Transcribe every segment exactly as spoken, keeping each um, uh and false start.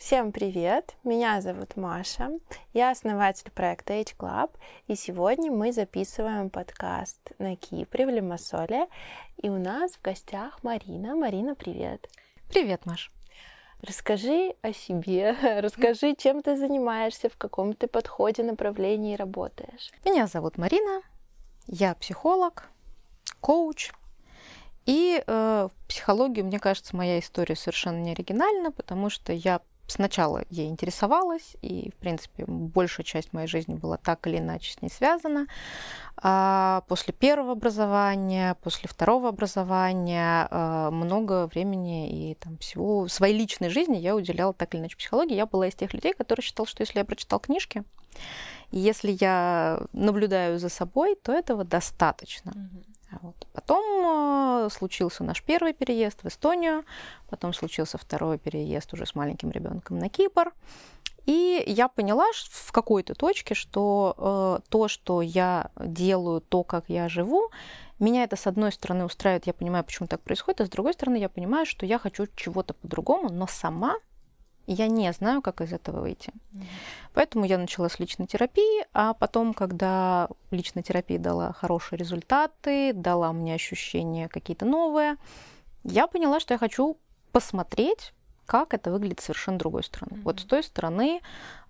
Всем привет! Меня зовут Маша, я основатель проекта Age Club, и сегодня мы записываем подкаст на Кипре, в Лимассоле, и у нас в гостях Марина. Марина, привет! Привет, Маш! Расскажи о себе, расскажи, чем ты занимаешься, в каком ты подходе, направлении работаешь. Меня зовут Марина, я психолог, коуч. И э, в психологии, мне кажется, моя история совершенно не оригинальна, потому что я сначала ей интересовалась, и, в принципе, большая часть моей жизни была так или иначе с ней связана. А после первого образования, после второго образования э, много времени и там, всего своей личной жизни я уделяла так или иначе психологии. Я была из тех людей, которые считал, что если я прочитал книжки, и если я наблюдаю за собой, то этого достаточно. Mm-hmm. Вот. Потом э, случился наш первый переезд в Эстонию, потом случился второй переезд уже с маленьким ребенком на Кипр. И я поняла в какой-то точке, что э, то, что я делаю, то, как я живу, меня это, с одной стороны, устраивает, я понимаю, почему так происходит, а с другой стороны, я понимаю, что я хочу чего-то по-другому, но сама я не знаю, как из этого выйти. Mm-hmm. Поэтому я начала с личной терапии, а потом, когда личная терапия дала хорошие результаты, дала мне ощущения какие-то новые, я поняла, что я хочу посмотреть, как это выглядит с совершенно другой стороны. Mm-hmm. Вот с той стороны,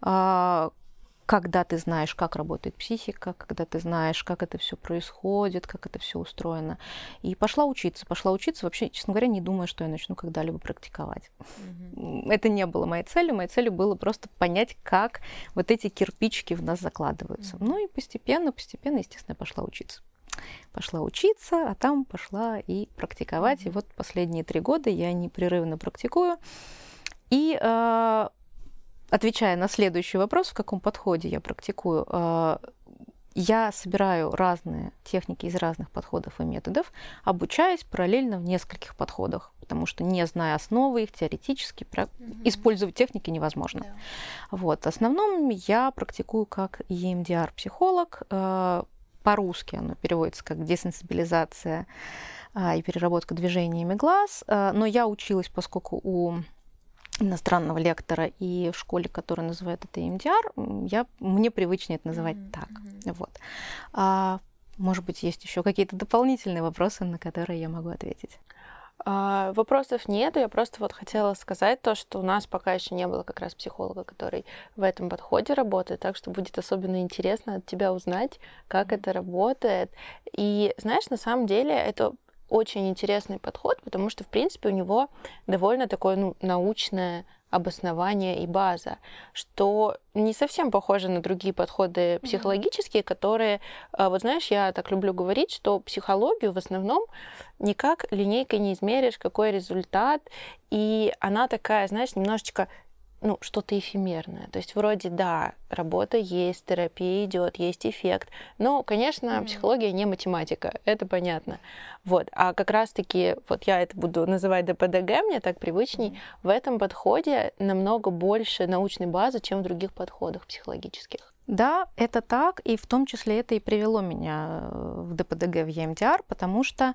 когда ты знаешь, как работает психика, когда ты знаешь, как это все происходит, как это все устроено. И пошла учиться. Пошла учиться, вообще, честно говоря, не думая, что я начну когда-либо практиковать. Mm-hmm. Это не было моей целью. Моей целью было просто понять, как вот эти кирпичики в нас закладываются. Mm-hmm. Ну и постепенно, постепенно, естественно, я пошла учиться. Пошла учиться, а там пошла и практиковать. Mm-hmm. И вот последние три года я непрерывно практикую. И э, отвечая на следующий вопрос, в каком подходе я практикую, я собираю разные техники из разных подходов и методов, обучаясь параллельно в нескольких подходах, потому что, не зная основы их теоретически, mm-hmm. использовать техники невозможно. Yeah. Вот. В основном я практикую как и эм ди ар-психолог. По-русски оно переводится как десенсибилизация и переработка движениями глаз. Но я училась, поскольку у иностранного лектора и в школе, которая называет это и эм ди ар, я, мне привычнее это называть mm-hmm. так. Вот. А, может быть, есть еще какие-то дополнительные вопросы, на которые я могу ответить? А, вопросов нет, я просто вот хотела сказать то, что у нас пока еще не было как раз психолога, который в этом подходе работает, так что будет особенно интересно от тебя узнать, как mm-hmm. это работает. И знаешь, на самом деле это очень интересный подход, потому что, в принципе, у него довольно такое ну, научное обоснование и база, что не совсем похоже на другие подходы психологические, mm-hmm. которые, вот знаешь, я так люблю говорить, что психологию в основном никак линейкой не измеришь, какой результат, и она такая, знаешь, немножечко ну, что-то эфемерное. То есть вроде, да, работа есть, терапия идет, есть эффект. Но, конечно, mm-hmm. психология не математика, это понятно. Вот. А как раз-таки, вот я это буду называть дэ пэ дэ гэ, мне так привычней, mm-hmm. в этом подходе намного больше научной базы, чем в других подходах психологических. Да, это так, и в том числе это и привело меня в дэ пэ дэ гэ, в и эм ди ар, потому что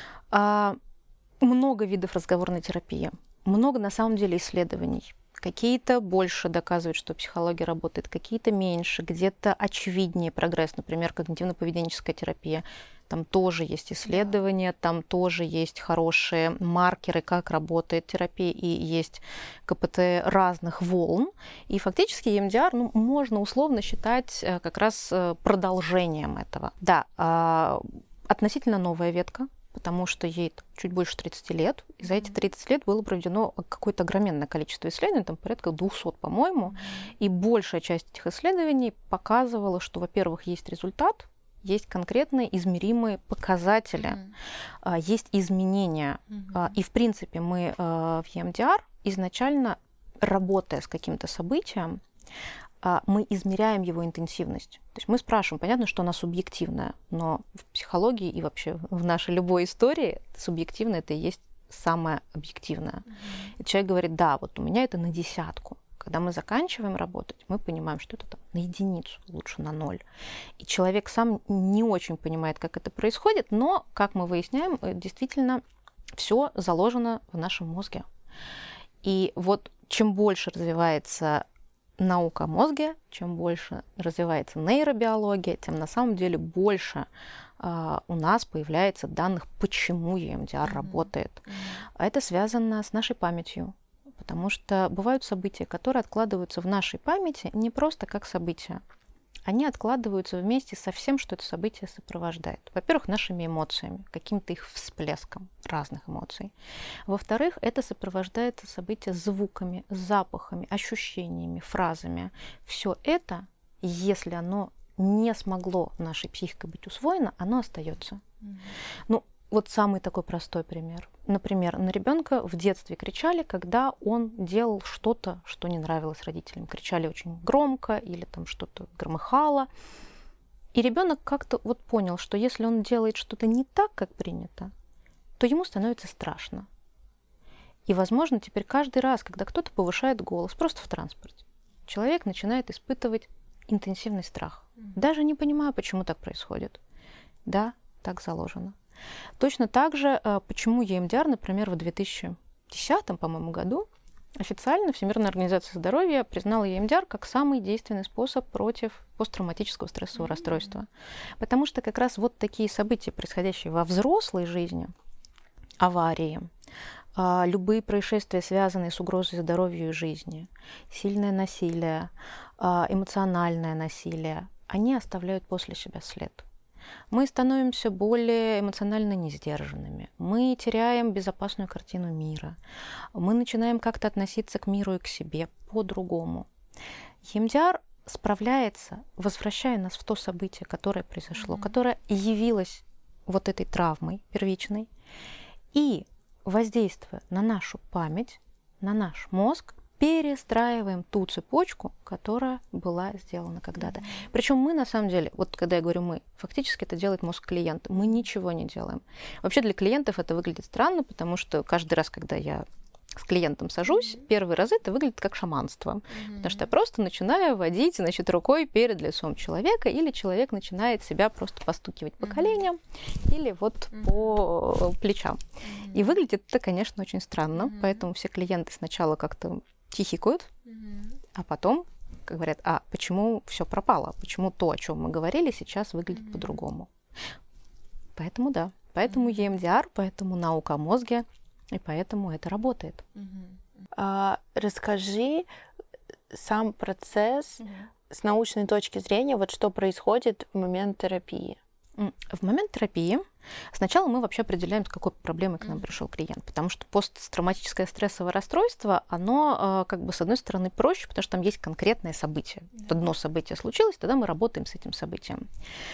а, много видов разговорной терапии, много на самом деле исследований. Какие-то больше доказывают, что психология работает, какие-то меньше, где-то очевиднее прогресс, например, когнитивно-поведенческая терапия. Там тоже есть исследования, да. Там тоже есть хорошие маркеры, как работает терапия, и есть ка пэ тэ разных волн. И фактически и эм ди ар ну, можно условно считать как раз продолжением этого. Да, относительно новая ветка, потому что ей чуть больше тридцати лет, и за эти тридцать лет было проведено какое-то огроменное количество исследований, там порядка двухсот, по-моему, mm-hmm. и большая часть этих исследований показывала, что, во-первых, есть результат, есть конкретные измеримые показатели, mm-hmm. есть изменения, mm-hmm. и, в принципе, мы в и эм ди ар изначально, работая с каким-то событием, мы измеряем его интенсивность. То есть мы спрашиваем, понятно, что она субъективная, но в психологии и вообще в нашей любой истории субъективное это и есть самое объективное. Mm-hmm. И человек говорит, да, вот у меня это на десятку. Когда мы заканчиваем работать, мы понимаем, что это там на единицу, лучше на ноль. И человек сам не очень понимает, как это происходит, но, как мы выясняем, действительно все заложено в нашем мозге. И вот чем больше развивается наука о мозге, чем больше развивается нейробиология, тем на самом деле больше uh, у нас появляется данных, почему и эм ди ар mm-hmm. работает. Mm-hmm. А это связано с нашей памятью, потому что бывают события, которые откладываются в нашей памяти не просто как события, они откладываются вместе со всем, что это событие сопровождает. Во-первых, нашими эмоциями, каким-то их всплеском разных эмоций. Во-вторых, это сопровождается событие звуками, запахами, ощущениями, фразами. Все это, если оно не смогло нашей психикой быть усвоено, оно остается. Mm-hmm. Ну, вот самый такой простой пример. Например, на ребенка в детстве кричали, когда он делал что-то, что не нравилось родителям. Кричали очень громко или там что-то громыхало. И ребенок как-то вот понял, что если он делает что-то не так, как принято, то ему становится страшно. И, возможно, теперь каждый раз, когда кто-то повышает голос, просто в транспорте, человек начинает испытывать интенсивный страх. Даже не понимая, почему так происходит. Да, так заложено. Точно так же, почему и эм ди ар, например, в две тысячи десятом, по-моему, году официально Всемирная организация здоровья признала и эм ди ар как самый действенный способ против посттравматического стрессового mm-hmm. расстройства. Потому что как раз вот такие события, происходящие во взрослой жизни, аварии, любые происшествия, связанные с угрозой здоровью и жизни, сильное насилие, эмоциональное насилие, они оставляют после себя след. Мы становимся более эмоционально несдержанными, мы теряем безопасную картину мира, мы начинаем как-то относиться к миру и к себе по-другому. и эм ди ар справляется, возвращая нас в то событие, которое произошло, mm-hmm. которое явилось вот этой травмой первичной, и, воздействуя на нашу память, на наш мозг, перестраиваем ту цепочку, которая была сделана когда-то. Mm-hmm. Причем мы, на самом деле, вот когда я говорю мы, фактически это делает мозг клиента. Мы ничего не делаем. Вообще для клиентов это выглядит странно, потому что каждый раз, когда я с клиентом сажусь, mm-hmm. первый раз это выглядит как шаманство. Mm-hmm. Потому что я просто начинаю водить, значит, рукой перед лицом человека, или человек начинает себя просто постукивать по mm-hmm. коленям, или вот mm-hmm. по плечам. Mm-hmm. И выглядит это, конечно, очень странно, mm-hmm. поэтому все клиенты сначала как-то хихикают, mm-hmm. а потом говорят, а почему все пропало? Почему то, о чем мы говорили, сейчас выглядит mm-hmm. по-другому? Поэтому да. Поэтому mm-hmm. и эм ди ар, поэтому наука о мозге, и поэтому это работает. Mm-hmm. А, расскажи сам процесс mm-hmm. с научной точки зрения, вот что происходит в момент терапии. В момент терапии сначала мы вообще определяем, с какой проблемой к нам пришел клиент, потому что посттравматическое стрессовое расстройство, оно как бы с одной стороны проще, потому что там есть конкретное событие. Одно событие случилось, тогда мы работаем с этим событием.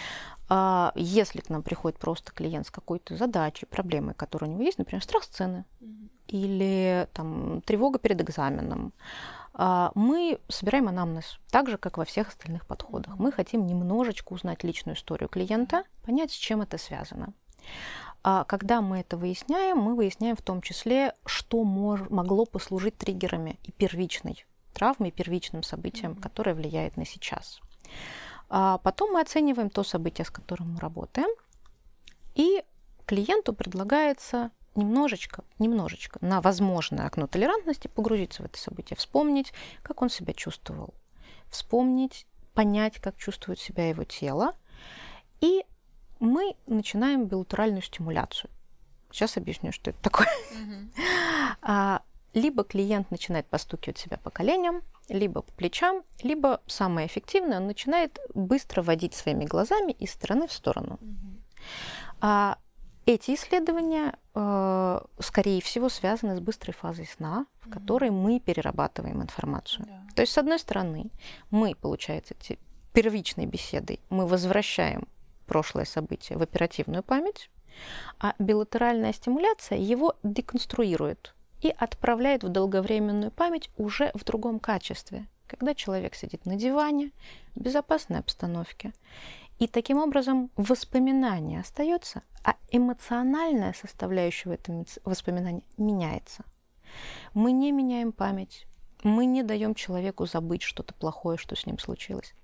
Если к нам приходит просто клиент с какой-то задачей, проблемой, которая у него есть, например, страх сцены mm-hmm. или там, тревога перед экзаменом, мы собираем анамнез, так же, как во всех остальных подходах. Мы хотим немножечко узнать личную историю клиента, понять, с чем это связано. Когда мы это выясняем, мы выясняем в том числе, что мож- могло послужить триггерами и первичной травмой, и первичным событием, mm-hmm. которое влияет на сейчас. Потом мы оцениваем то событие, с которым мы работаем, и клиенту предлагается немножечко, немножечко на возможное окно толерантности погрузиться в это событие, вспомнить, как он себя чувствовал, вспомнить, понять, как чувствует себя его тело, и мы начинаем билатеральную стимуляцию. Сейчас объясню, что это такое. Mm-hmm. Либо клиент начинает постукивать себя по коленям, либо по плечам, либо, самое эффективное, он начинает быстро водить своими глазами из стороны в сторону. Mm-hmm. Эти исследования, э, скорее всего, связаны с быстрой фазой сна, в mm-hmm. которой мы перерабатываем информацию. Yeah. То есть, с одной стороны, мы, получается, первичной беседой мы возвращаем прошлое событие в оперативную память, а билатеральная стимуляция его деконструирует и отправляет в долговременную память уже в другом качестве, когда человек сидит на диване, в безопасной обстановке. И таким образом воспоминание остается, а эмоциональная составляющая в этом воспоминании меняется. Мы не меняем память, мы не даем человеку забыть что-то плохое, что с ним случилось.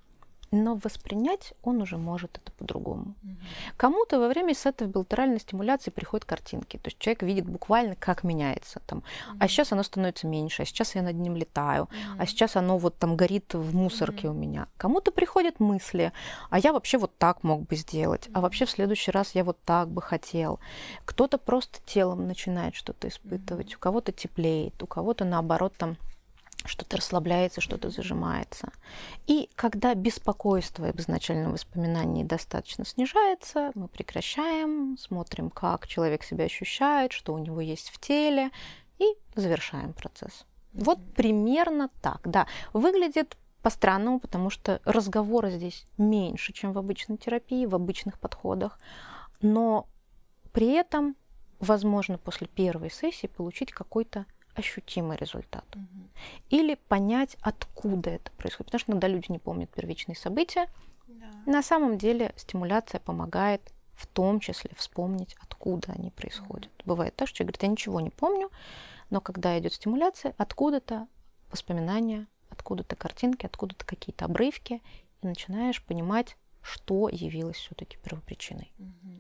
но воспринять он уже может это по-другому. Mm-hmm. Кому-то во время сетов билатеральной стимуляции приходят картинки. То есть человек видит буквально, как меняется. Там, mm-hmm. а сейчас оно становится меньше, а сейчас я над ним летаю, mm-hmm. а сейчас оно вот там горит в мусорке mm-hmm. у меня. Кому-то приходят мысли, а я вообще вот так мог бы сделать, mm-hmm. а вообще в следующий раз я вот так бы хотел. Кто-то просто телом начинает что-то испытывать, mm-hmm. у кого-то теплеет, у кого-то наоборот там что-то расслабляется, что-то зажимается. И когда беспокойство об изначальном воспоминании достаточно снижается, мы прекращаем, смотрим, как человек себя ощущает, что у него есть в теле, и завершаем процесс. Mm-hmm. Вот примерно так. Да, выглядит по-странному, потому что разговора здесь меньше, чем в обычной терапии, в обычных подходах, но при этом возможно после первой сессии получить какой-то ощутимый результат. Mm-hmm. Или понять, откуда это происходит. Потому что иногда люди не помнят первичные события. Yeah. На самом деле стимуляция помогает в том числе вспомнить, откуда они происходят. Mm-hmm. Бывает так, что человек говорит, я ничего не помню, но когда идет стимуляция, откуда-то воспоминания, откуда-то картинки, откуда-то какие-то обрывки, и начинаешь понимать, что явилось все-таки первопричиной. Mm-hmm.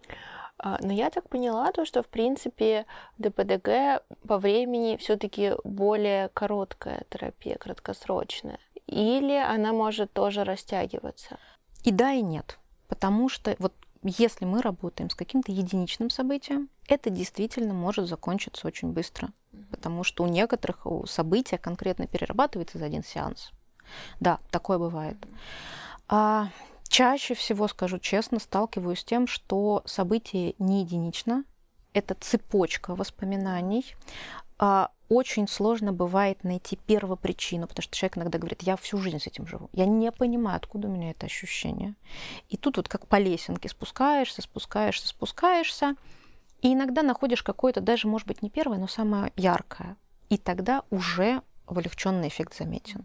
Но я так поняла, то, что, в принципе, ДПДГ по времени все-таки более короткая терапия, краткосрочная. Или она может тоже растягиваться? И да, и нет. Потому что вот если мы работаем с каким-то единичным событием, это действительно может закончиться очень быстро. Mm-hmm. Потому что у некоторых события конкретно перерабатывается за один сеанс. Да, такое бывает. Mm-hmm. А чаще всего, скажу честно, сталкиваюсь с тем, что событие не единично, это цепочка воспоминаний. Очень сложно бывает найти первопричину, потому что человек иногда говорит, я всю жизнь с этим живу, я не понимаю, откуда у меня это ощущение. И тут вот как по лесенке спускаешься, спускаешься, спускаешься, и иногда находишь какое-то, даже, может быть, не первое, но самое яркое. И тогда уже облегченный эффект заметен.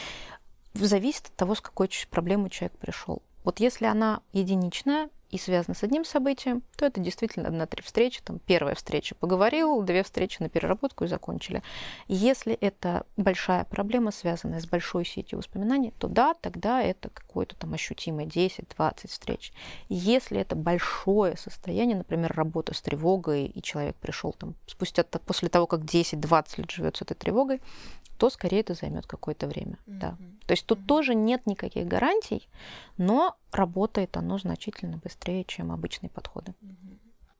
Зависит от того, с какой проблемой человек пришел. Вот если она единичная и связана с одним событием, то это действительно одна-три встречи. Там первая встреча поговорил, две встречи на переработку и закончили. Если это большая проблема, связанная с большой сетью воспоминаний, то да, тогда это какое-то там ощутимое десять-двадцать встреч. Если это большое состояние, например, работа с тревогой, и человек пришел там спустя после того, как десять-двадцать лет живет с этой тревогой, то скорее это займет какое-то время. Mm-hmm. Да. То есть тут mm-hmm. тоже нет никаких гарантий, но работает оно значительно быстрее, чем обычные подходы. Mm-hmm.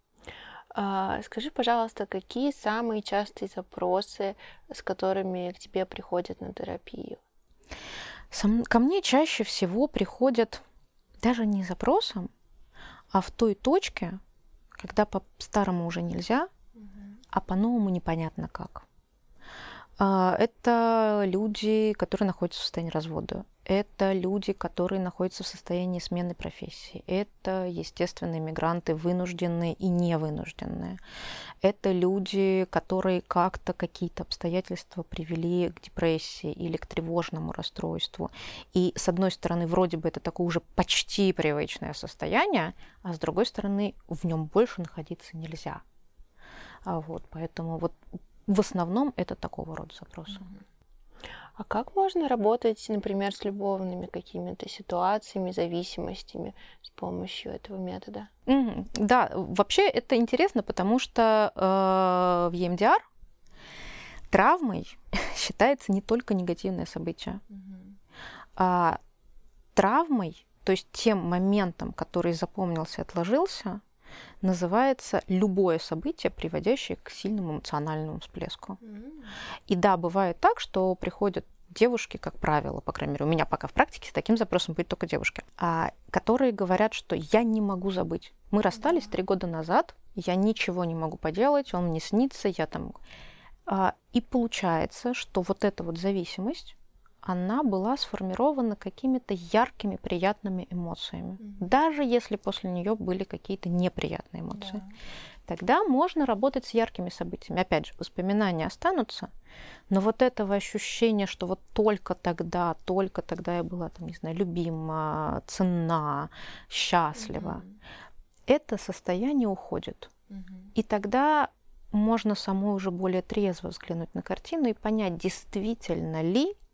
А, скажи, пожалуйста, какие самые частые запросы, с которыми к тебе приходят на терапию? Сам, ко мне чаще всего приходят даже не запросом, а в той точке, когда по-старому уже нельзя, mm-hmm. а по-новому непонятно как. Это люди, которые находятся в состоянии развода. Это люди, которые находятся в состоянии смены профессии. Это, естественно, мигранты, вынужденные и невынужденные. Это люди, которые как-то какие-то обстоятельства привели к депрессии или к тревожному расстройству. И, с одной стороны, вроде бы это такое уже почти привычное состояние, а с другой стороны, в нем больше находиться нельзя. Вот, поэтому вот в основном это такого рода запросы. А как можно работать, например, с любовными какими-то ситуациями, зависимостями с помощью этого метода? Mm-hmm. Да, вообще это интересно, потому что э, в и эм ди ар травмой считается не только негативное событие. Mm-hmm. А травмой, то есть тем моментом, который запомнился и отложился, называется любое событие, приводящее к сильному эмоциональному всплеску. Mm-hmm. И да, бывает так, что приходят девушки, как правило, по крайней мере, у меня пока в практике с таким запросом будет только девушки, а, которые говорят, что я не могу забыть. Мы расстались три года назад, я ничего не могу поделать, он мне снится, я там... А, и получается, что вот эта вот зависимость, она была сформирована какими-то яркими, приятными эмоциями. Mm-hmm. Даже если после нее были какие-то неприятные эмоции. Yeah. Тогда можно работать с яркими событиями. Опять же, воспоминания останутся, но вот этого ощущения, что вот только тогда, только тогда я была, там, не знаю, любима, ценна, счастлива, mm-hmm. это состояние уходит. Mm-hmm. И тогда можно самой уже более трезво взглянуть на картину и понять, действительно ли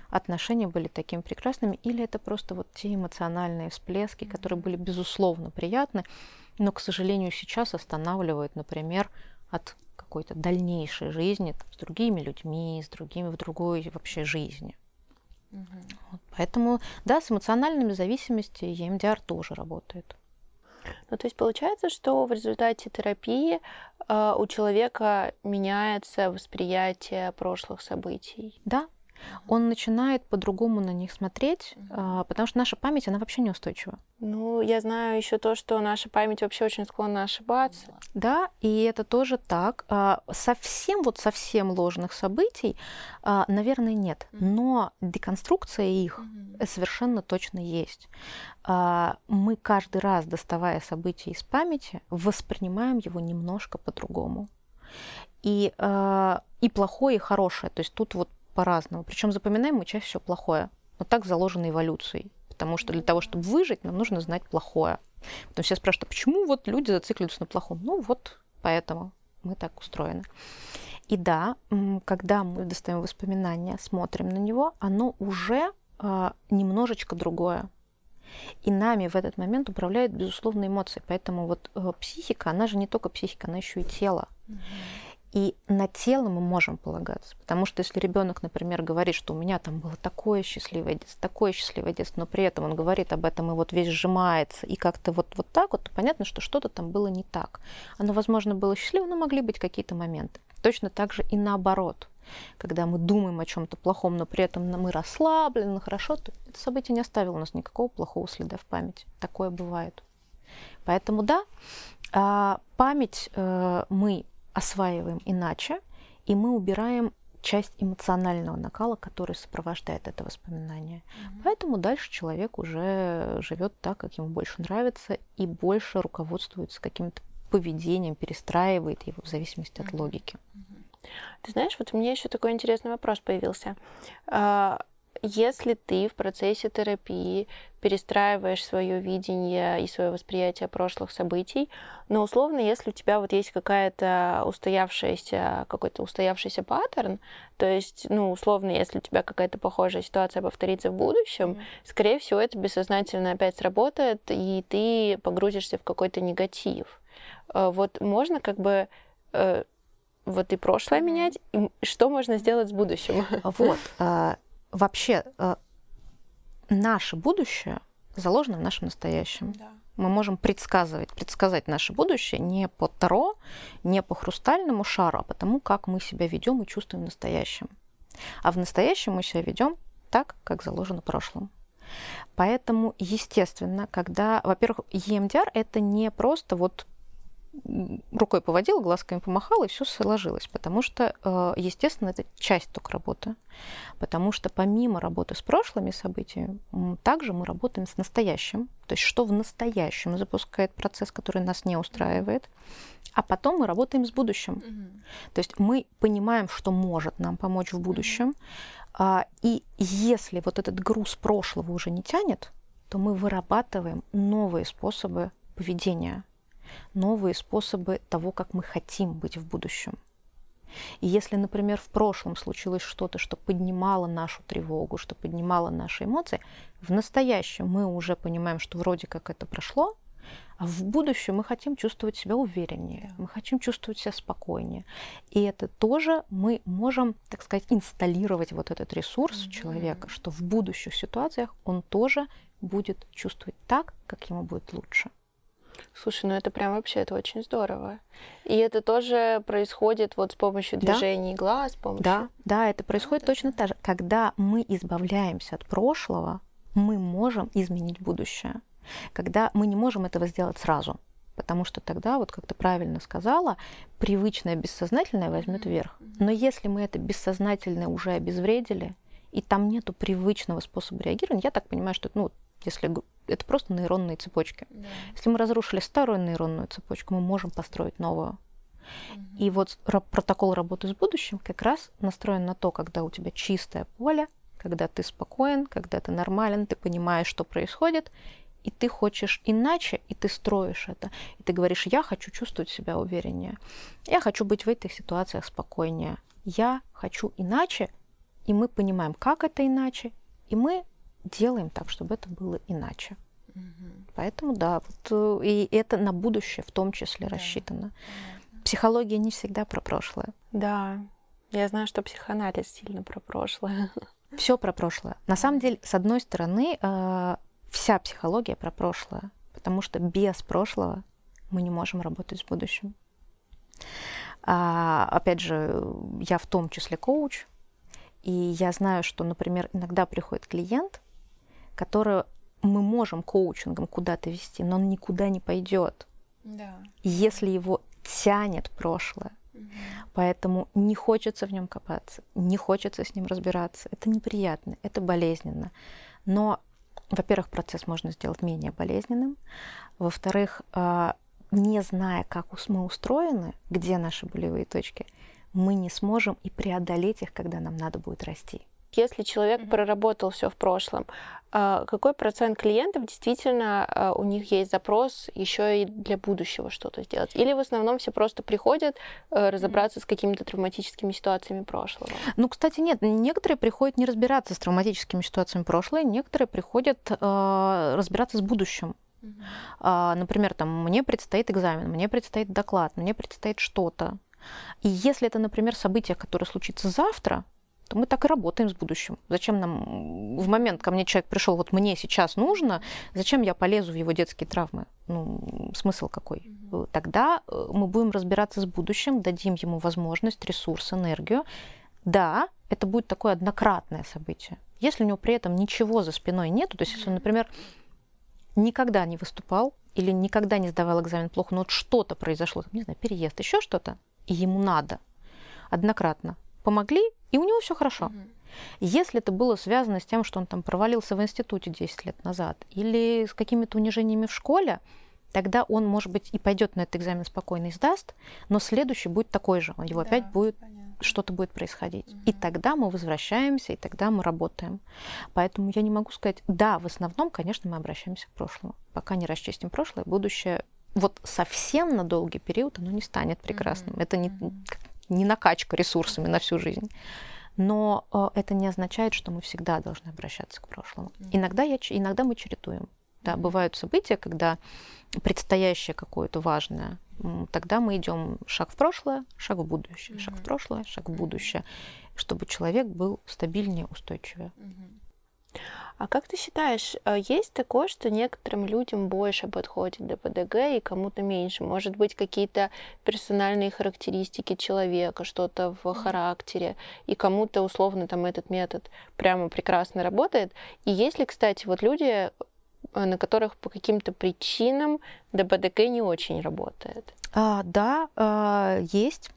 отношения были такими прекрасными, или это просто вот те эмоциональные всплески, которые были, безусловно, приятны, но, к сожалению, сейчас останавливают, например, от какой-то дальнейшей жизни там, с другими людьми, с другими в другой вообще жизни. Угу. Вот, поэтому, да, с эмоциональными зависимостями и эм ди ар тоже работает. Ну, то есть получается, что в результате терапии э, у человека меняется восприятие прошлых событий? Да. Он начинает по-другому на них смотреть, uh-huh. потому что наша память, она вообще неустойчива. Ну, я знаю еще то, что наша память вообще очень склонна ошибаться. Да, и это тоже так. Совсем вот совсем ложных событий, наверное, нет. Uh-huh. Но деконструкция их uh-huh. совершенно точно есть. Мы каждый раз, доставая события из памяти, воспринимаем его немножко по-другому. И, и плохое, и хорошее. То есть тут вот по-разному. Причем запоминаем мы чаще всего плохое. Вот так заложено эволюцией. Потому что для того, чтобы выжить, нам нужно знать плохое. Потом все спрашивают, а почему вот люди зацикливаются на плохом? Ну вот поэтому мы так устроены. И да, когда мы достаем воспоминания, смотрим на него, оно уже э, немножечко другое. И нами в этот момент управляют, безусловно, эмоции. Поэтому вот э, психика, она же не только психика, она еще и тело. Mm-hmm. И на тело мы можем полагаться. Потому что если ребенок, например, говорит, что у меня там было такое счастливое детство, такое счастливое детство, но при этом он говорит об этом и вот весь сжимается, и как-то вот, вот так вот, то понятно, что что-то там было не так. Оно, возможно, было счастливо, но могли быть какие-то моменты. Точно так же и наоборот. Когда мы думаем о чем-то плохом, но при этом мы расслаблены, хорошо, то это событие не оставило у нас никакого плохого следа в памяти. Такое бывает. Поэтому да, память мы осваиваем иначе, и мы убираем часть эмоционального накала, который сопровождает это воспоминание. Mm-hmm. Поэтому дальше человек уже живет так, как ему больше нравится, и больше руководствуется каким-то поведением, перестраивает его в зависимости mm-hmm. от логики. Mm-hmm. Ты знаешь, вот у меня еще такой интересный вопрос появился. Если ты в процессе терапии перестраиваешь свое видение и свое восприятие прошлых событий, но условно, если у тебя вот есть какая-то устоявшаяся, какой-то устоявшийся паттерн, то есть, ну, условно, если у тебя какая-то похожая ситуация повторится в будущем, mm-hmm. скорее всего, это бессознательно опять сработает, и ты погрузишься в какой-то негатив. Вот можно как бы вот и прошлое mm-hmm. менять, и что можно сделать с будущим? Вот. Вообще, э, наше будущее заложено в нашем настоящем. Да. Мы можем предсказывать, предсказать наше будущее не по Таро, не по хрустальному шару, а потому, как мы себя ведем и чувствуем в настоящем. А в настоящем мы себя ведем так, как заложено в прошлом. Поэтому, естественно, когда, во-первых, и эм ди ар это не просто вот рукой поводил, глазками помахал, и все сложилось. Потому что, естественно, это часть только работы. Потому что помимо работы с прошлыми событиями, также мы работаем с настоящим. То есть что в настоящем запускает процесс, который нас не устраивает. А потом мы работаем с будущим. Mm-hmm. То есть мы понимаем, что может нам помочь в будущем. Mm-hmm. И если вот этот груз прошлого уже не тянет, то мы вырабатываем новые способы поведения, новые способы того, как мы хотим быть в будущем. И если, например, в прошлом случилось что-то, что поднимало нашу тревогу, что поднимало наши эмоции, в настоящем мы уже понимаем, что вроде как это прошло, а в будущем мы хотим чувствовать себя увереннее, мы хотим чувствовать себя спокойнее. И это тоже мы можем, так сказать, инсталлировать вот этот ресурс mm-hmm. человека, что в будущих ситуациях он тоже будет чувствовать так, как ему будет лучше. Слушай, ну это прям вообще, это очень здорово. И это тоже происходит вот с помощью движений да. глаз, с помощью... Да, да, это происходит да, точно так же. Когда мы избавляемся от прошлого, мы можем изменить будущее. Когда мы не можем этого сделать сразу, потому что тогда, вот как ты правильно сказала, привычное бессознательное возьмет верх. Но если мы это бессознательное уже обезвредили, и там нету привычного способа реагирования, я так понимаю, что ну, если это просто нейронные цепочки. Да. Если мы разрушили старую нейронную цепочку, мы можем построить новую. Угу. И вот протокол работы с будущим как раз настроен на то, когда у тебя чистое поле, когда ты спокоен, когда ты нормален, ты понимаешь, что происходит, и ты хочешь иначе, и ты строишь это. И ты говоришь, я хочу чувствовать себя увереннее, я хочу быть в этих ситуациях спокойнее, я хочу иначе, и мы понимаем, как это иначе, и мы делаем так, чтобы это было иначе. Mm-hmm. Поэтому да, вот, и это на будущее в том числе да. рассчитано. Mm-hmm. Психология не всегда про прошлое. Да, я знаю, что психоанализ сильно про прошлое. Все про прошлое. На самом деле, с одной стороны, вся психология про прошлое, потому что без прошлого мы не можем работать с будущим. А, опять же, я в том числе коуч, и я знаю, что, например, иногда приходит клиент, который мы можем коучингом куда-то вести, но он никуда не пойдет, да. если его тянет прошлое. Угу. Поэтому не хочется в нем копаться, не хочется с ним разбираться. Это неприятно, это болезненно. Но, во-первых, процесс можно сделать менее болезненным. Во-вторых, не зная, как мы устроены, где наши болевые точки, мы не сможем и преодолеть их, когда нам надо будет расти. Если человек mm-hmm. проработал все в прошлом, какой процент клиентов действительно у них есть запрос еще и для будущего что-то сделать? Или в основном все просто приходят разобраться mm-hmm. с какими-то травматическими ситуациями прошлого? Ну, кстати, нет. Некоторые приходят не разбираться с травматическими ситуациями прошлого, некоторые приходят э, разбираться с будущим. Mm-hmm. А, например, там, мне предстоит экзамен, мне предстоит доклад, мне предстоит что-то. И если это, например, событие, которое случится завтра, то мы так и работаем с будущим. Зачем нам в момент, ко мне человек пришел, вот мне сейчас нужно, зачем я полезу в его детские травмы? Ну, смысл какой? Mm-hmm. Тогда мы будем разбираться с будущим, дадим ему возможность, ресурс, энергию. Да, это будет такое однократное событие. Если у него при этом ничего за спиной нету, то есть если он, например, никогда не выступал или никогда не сдавал экзамен плохо, но вот что-то произошло, не знаю, переезд, еще что-то, и ему надо однократно. Помогли, и у него все хорошо. Mm-hmm. Если это было связано с тем, что он там провалился в институте десять лет назад, или с какими-то унижениями в школе, тогда он, может быть, и пойдет на этот экзамен спокойно и сдаст, но следующий будет такой же. У него да, опять будет, понятно. Что-то будет происходить. Mm-hmm. И тогда мы возвращаемся, и тогда мы работаем. Поэтому я не могу сказать, да, в основном, конечно, мы обращаемся к прошлому. Пока не расчистим прошлое, будущее вот совсем на долгий период оно не станет прекрасным. Mm-hmm. Это не, не накачка ресурсами на всю жизнь. Но э, это не означает, что мы всегда должны обращаться к прошлому. Mm-hmm. Иногда, я, иногда мы чередуем. Да, mm-hmm. бывают события, когда предстоящее какое-то важное, тогда мы идем шаг в прошлое, шаг в будущее, mm-hmm. шаг в прошлое, шаг в будущее, чтобы человек был стабильнее, устойчивее. Mm-hmm. А как ты считаешь, есть такое, что некоторым людям больше подходит ДПДГ и кому-то меньше? Может быть, какие-то персональные характеристики человека, что-то в характере, и кому-то условно там этот метод прямо прекрасно работает? И есть ли, кстати, вот люди, на которых по каким-то причинам ДПДГ не очень работает? А, да, а, есть.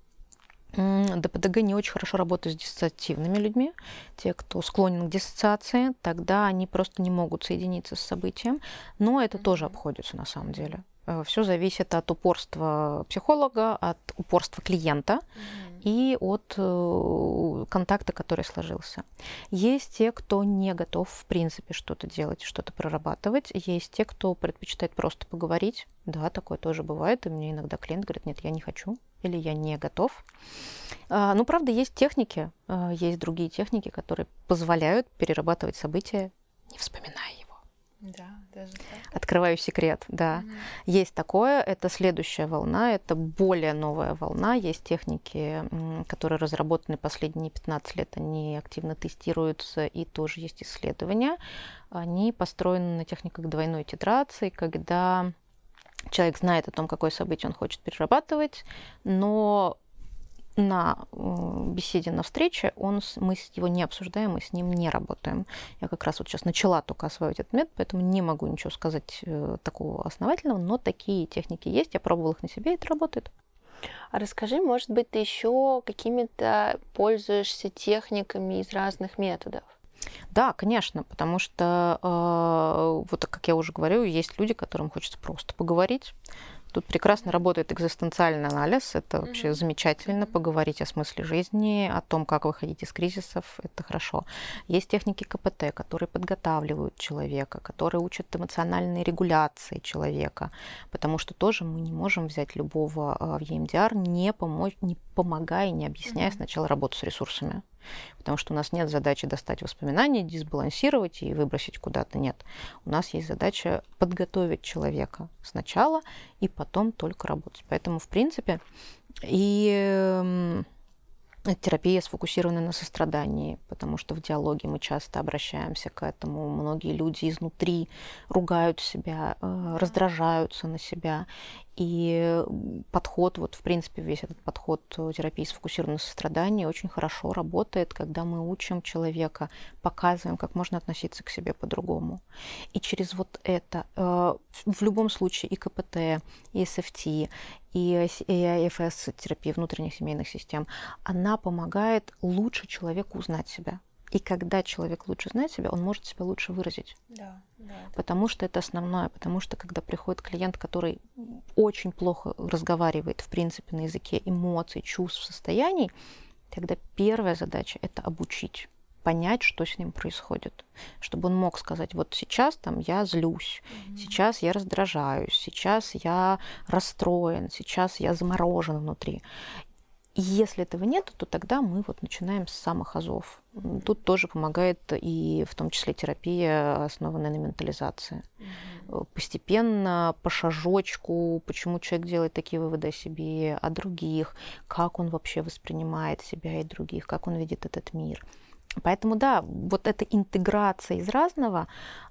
ДПДГ не очень хорошо работает с диссоциативными людьми. Те, кто склонен к диссоциации, тогда они просто не могут соединиться с событием. Но это mm-hmm. тоже обходится на самом деле. Все зависит от упорства психолога, от упорства клиента mm-hmm. и от э, контакта, который сложился. Есть те, кто не готов в принципе что-то делать, что-то прорабатывать. Есть те, кто предпочитает просто поговорить. Да, такое тоже бывает. И мне иногда клиент говорит, нет, я не хочу. Или я не готов. А, ну, правда, есть техники, а, есть другие техники, которые позволяют перерабатывать события, не вспоминая его. Да, даже так. Открываю секрет, да. Mm-hmm. Есть такое, это следующая волна, это более новая волна. Есть техники, которые разработаны последние пятнадцать лет, они активно тестируются, и тоже есть исследования. Они построены на техниках двойной титрации, когда человек знает о том, какое событие он хочет перерабатывать, но на беседе, на встрече он, мы его не обсуждаем, мы с ним не работаем. Я как раз вот сейчас начала только осваивать этот метод, поэтому не могу ничего сказать э, такого основательного, но такие техники есть, я пробовала их на себе, и это работает. А расскажи, может быть, ты еще какими-то пользуешься техниками из разных методов? Да, конечно, потому что, э, вот как я уже говорю, есть люди, которым хочется просто поговорить. Тут прекрасно работает экзистенциальный анализ, это mm-hmm. вообще замечательно, поговорить о смысле жизни, о том, как выходить из кризисов, это хорошо. Есть техники ка пэ тэ, которые подготавливают человека, которые учат эмоциональной регуляции человека, потому что тоже мы не можем взять любого в и эм ди ар, не, помочь, не помогая, не объясняя mm-hmm. сначала работу с ресурсами. Потому что у нас нет задачи достать воспоминания, дисбалансировать и выбросить куда-то. Нет. У нас есть задача подготовить человека сначала и потом только работать. Поэтому, в принципе, и терапия сфокусирована на сострадании, потому что в диалоге мы часто обращаемся к этому. Многие люди изнутри ругают себя, раздражаются на себя. И подход, вот в принципе весь этот подход терапии сфокусированного на сострадании очень хорошо работает, когда мы учим человека, показываем, как можно относиться к себе по-другому. И через вот это в любом случае и КПТ, и эс эф ти, и эй эф эс, терапия внутренних семейных систем, она помогает лучше человеку узнать себя. И когда человек лучше знает себя, он может себя лучше выразить. Да, да. Потому что это основное. Потому что когда приходит клиент, который очень плохо разговаривает, в принципе, на языке эмоций, чувств, состояний, тогда первая задача — это обучить, понять, что с ним происходит. Чтобы он мог сказать, вот сейчас там я злюсь, mm-hmm. сейчас я раздражаюсь, сейчас я расстроен, сейчас я заморожен внутри. И если этого нет, то тогда мы вот начинаем с самых азов. Тут тоже помогает и в том числе терапия, основанная на ментализации. Mm-hmm. Постепенно, по шажочку, почему человек делает такие выводы о себе, о других, как он вообще воспринимает себя и других, как он видит этот мир. Поэтому да, вот эта интеграция из разного,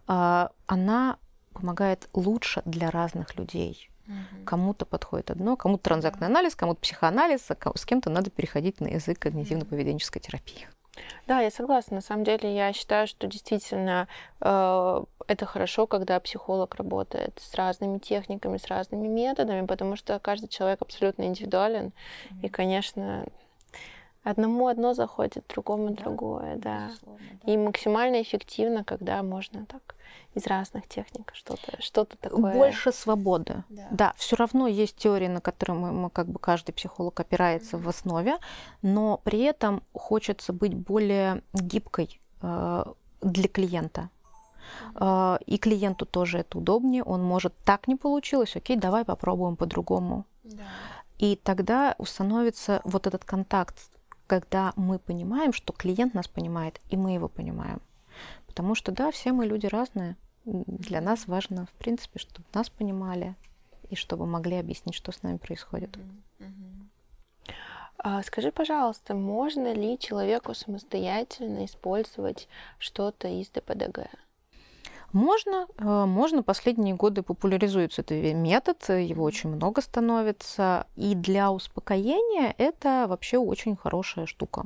она помогает лучше для разных людей. Угу. Кому-то подходит одно, кому-то транзактный анализ, кому-то психоанализ, а с кем-то надо переходить на язык когнитивно-поведенческой терапии. Да, я согласна. На самом деле я считаю, что действительно э, это хорошо, когда психолог работает с разными техниками, с разными методами, потому что каждый человек абсолютно индивидуален. Mm-hmm. И, конечно, одному одно заходит, другому да, другое. Да. Да. И максимально эффективно, когда можно так из разных техник что-то, что-то такое. Больше свободы. Да, да, все равно есть теории, на которые мы, мы как бы каждый психолог опирается mm-hmm. в основе, но при этом хочется быть более гибкой э, для клиента. Mm-hmm. Э, и клиенту тоже это удобнее. Он может, так не получилось, окей, давай попробуем по-другому. Yeah. И тогда установится вот этот контакт, когда мы понимаем, что клиент нас понимает, и мы его понимаем. Потому что, да, все мы люди разные. Для нас важно, в принципе, чтобы нас понимали и чтобы могли объяснить, что с нами происходит. Mm-hmm. А, скажи, пожалуйста, можно ли человеку самостоятельно использовать что-то из дэ пэ дэ гэ? Можно. Можно. Последние годы популяризуется этот метод, его очень много становится. И для успокоения это вообще очень хорошая штука.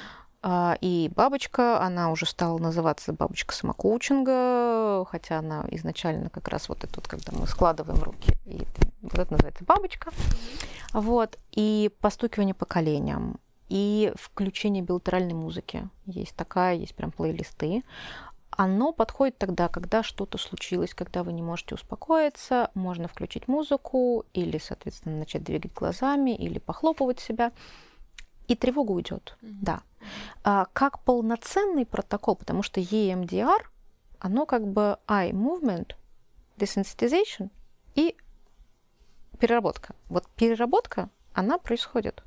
И бабочка, она уже стала называться бабочка самокоучинга, хотя она изначально как раз вот это вот, когда мы складываем руки, и вот это называется бабочка. Вот. И постукивание по коленям, и включение билатеральной музыки. Есть такая, есть прям плейлисты. Оно подходит тогда, когда что-то случилось, когда вы не можете успокоиться, можно включить музыку или, соответственно, начать двигать глазами или похлопывать себя, и тревога уйдет. Mm-hmm. Да. А, как полноценный протокол, потому что и эм ди ар, оно как бы eye movement, desensitization и переработка. Вот переработка, она происходит.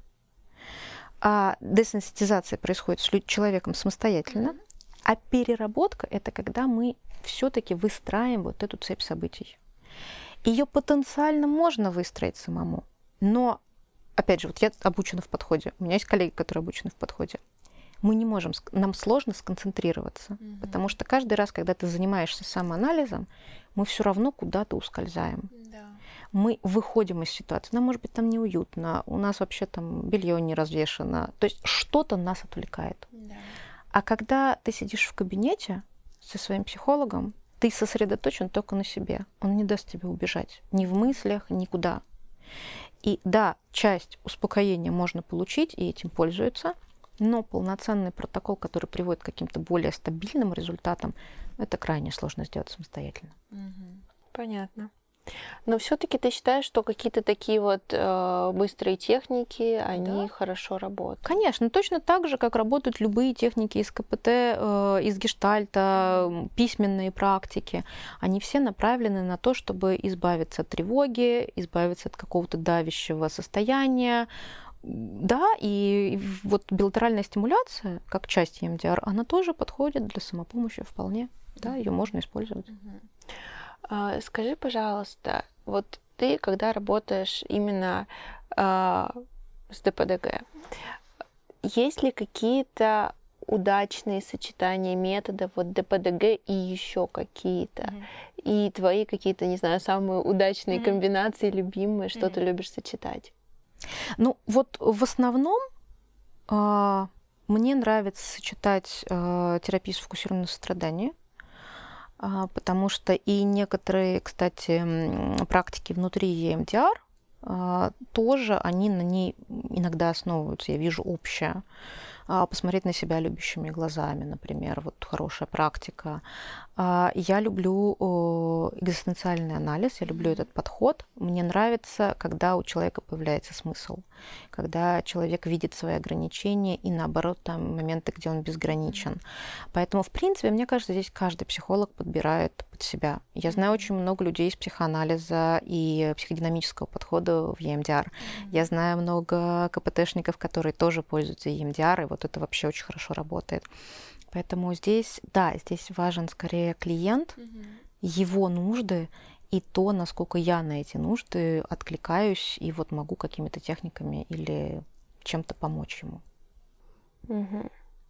А десенситизация происходит с человеком самостоятельно, mm-hmm. а переработка — это когда мы все-таки выстраиваем вот эту цепь событий. Ее потенциально можно выстроить самому, но опять же, вот я обучена в подходе. У меня есть коллеги, которые обучены в подходе. Мы не можем, нам сложно сконцентрироваться, mm-hmm. потому что каждый раз, когда ты занимаешься самоанализом, мы все равно куда-то ускользаем. Да. Мы выходим из ситуации. Нам, может быть, там неуютно, у нас вообще там белье не развешено. То есть что-то нас отвлекает. Да. А когда ты сидишь в кабинете со своим психологом, ты сосредоточен только на себе. Он не даст тебе убежать ни в мыслях, никуда. И да, часть успокоения можно получить, и этим пользуются, но полноценный протокол, который приводит к каким-то более стабильным результатам, это крайне сложно сделать самостоятельно. Угу. Понятно. Но все-таки ты считаешь, что какие-то такие вот э, быстрые техники, они да. хорошо работают? Конечно, точно так же, как работают любые техники из ка пэ тэ, э, из гештальта, э, письменные практики. Они все направлены на то, чтобы избавиться от тревоги, избавиться от какого-то давящего состояния, Да, и вот билатеральная стимуляция, как часть и эм ди ар, она тоже подходит для самопомощи вполне. Да, ее можно использовать. А, скажи, пожалуйста, вот ты, когда работаешь именно а, с дэ пэ дэ гэ, есть ли какие-то удачные сочетания методов вот дэ пэ дэ гэ и еще какие-то? Mm-hmm. И твои какие-то, не знаю, самые удачные mm-hmm. комбинации, любимые, что mm-hmm. ты любишь сочетать? Ну, вот в основном э, мне нравится сочетать э, терапию сфокусированного сострадания, э, потому что и некоторые, кстати, практики внутри и эм ди ар э, тоже, они на ней иногда основываются. Я вижу общее. Посмотреть на себя любящими глазами, например, вот хорошая практика. Я люблю экзистенциальный анализ, я люблю этот подход. Мне нравится, когда у человека появляется смысл, когда человек видит свои ограничения и, наоборот, там моменты, где он безграничен. Поэтому, в принципе, мне кажется, здесь каждый психолог подбирает под себя. Я знаю очень много людей из психоанализа и психодинамического подхода в и эм ди ар. Я знаю много ка пэ тэшников, которые тоже пользуются и эм ди ар, и вот это вообще очень хорошо работает. Поэтому здесь, да, здесь важен скорее клиент, mm-hmm. его нужды и то, насколько я на эти нужды откликаюсь и вот могу какими-то техниками или чем-то помочь ему. Mm-hmm.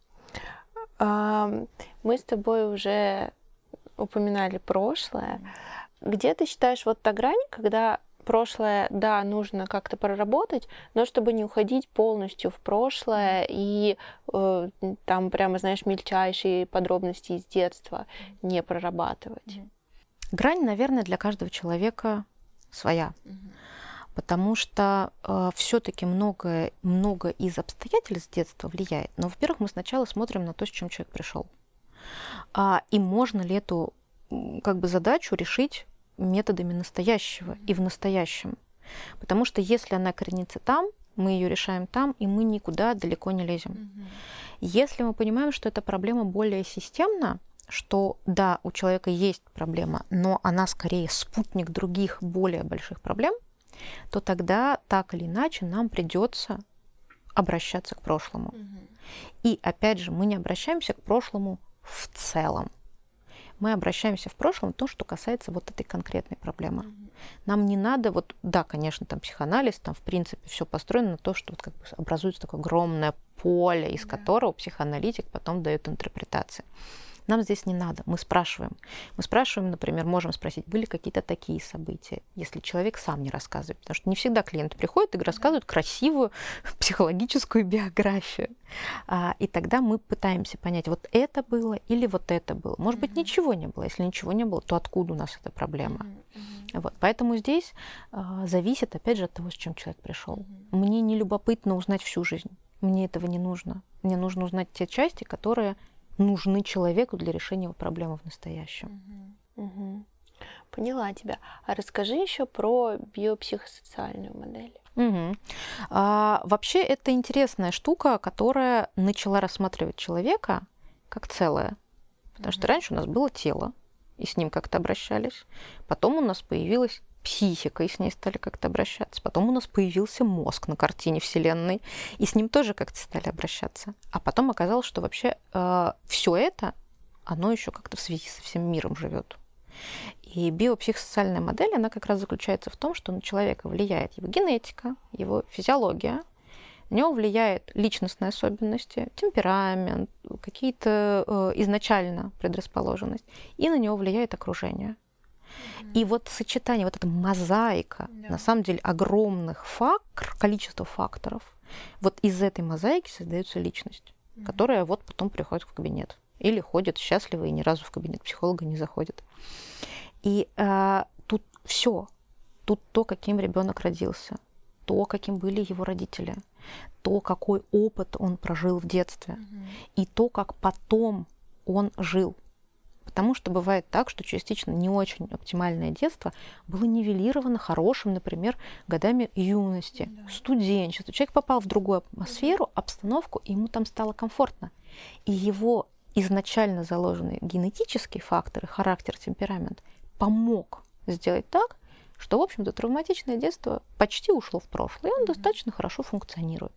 Uh, мы с тобой уже упоминали прошлое. Mm-hmm. Где ты считаешь вот та грань, когда прошлое, да, нужно как-то проработать, но чтобы не уходить полностью в прошлое mm-hmm. и э, там прямо, знаешь, мельчайшие подробности из детства mm-hmm. не прорабатывать? Mm-hmm. Грань, наверное, для каждого человека своя, mm-hmm. потому что э, все-таки много, много из обстоятельств детства влияет. Но, во-первых, мы сначала смотрим на то, с чем человек пришел. А, и можно ли эту как бы задачу решить методами настоящего и в настоящем. Потому что если она коренится там, мы ее решаем там, и мы никуда далеко не лезем. Mm-hmm. Если мы понимаем, что эта проблема более системна, что да, у человека есть проблема, но она скорее спутник других более больших проблем, то тогда так или иначе нам придется обращаться к прошлому. Mm-hmm. И опять же, мы не обращаемся к прошлому в целом. Мы обращаемся в прошлом то, что касается вот этой конкретной проблемы. Mm-hmm. Нам не надо, вот, да, конечно, там психоанализ, там, в принципе, все построено на то, что вот как бы образуется такое огромное поле, из yeah. которого психоаналитик потом дает интерпретации. Нам здесь не надо, мы спрашиваем. Мы спрашиваем, например, можем спросить, были какие-то такие события, если человек сам не рассказывает. Потому что не всегда клиенты приходят и рассказывают красивую психологическую биографию. А, и тогда мы пытаемся понять, вот это было или вот это было. Может быть, ничего не было. Если ничего не было, то откуда у нас эта проблема? Вот. Поэтому здесь а, зависит, опять же, от того, с чем человек пришел. Мне не любопытно узнать всю жизнь. Мне этого не нужно. Мне нужно узнать те части, которые нужны человеку для решения его проблемы в настоящем. Угу, угу. Поняла тебя. А расскажи еще про биопсихосоциальную модель. Угу. А, вообще это интересная штука, которая начала рассматривать человека как целое. Потому угу. что раньше у нас было тело, и с ним как-то обращались. Потом у нас появилась психика, и с ней стали как-то обращаться. Потом у нас появился мозг на картине Вселенной, и с ним тоже как-то стали обращаться. А потом оказалось, что вообще э, все это, оно еще как-то в связи со всем миром живет. И биопсихосоциальная модель, она как раз заключается в том, что на человека влияет его генетика, его физиология, на него влияет личностные особенности, темперамент, какие-то э, изначально предрасположенность, и на него влияет окружение. И вот сочетание, вот эта мозаика, yeah. на самом деле, огромных фактор, количества факторов, вот из этой мозаики создается личность, mm-hmm. которая вот потом приходит в кабинет. Или ходит счастливо и ни разу в кабинет психолога не заходит. И а, тут все. Тут то, каким ребенок родился, то, каким были его родители, то, какой опыт он прожил в детстве, mm-hmm. и то, как потом он жил. Потому что бывает так, что частично не очень оптимальное детство было нивелировано хорошим, например, годами юности, да. студенчества. Человек попал в другую атмосферу, обстановку, и ему там стало комфортно. И его изначально заложенные генетические факторы, характер, темперамент, помог сделать так, что, в общем-то, травматичное детство почти ушло в прошлое, и он достаточно хорошо функционирует.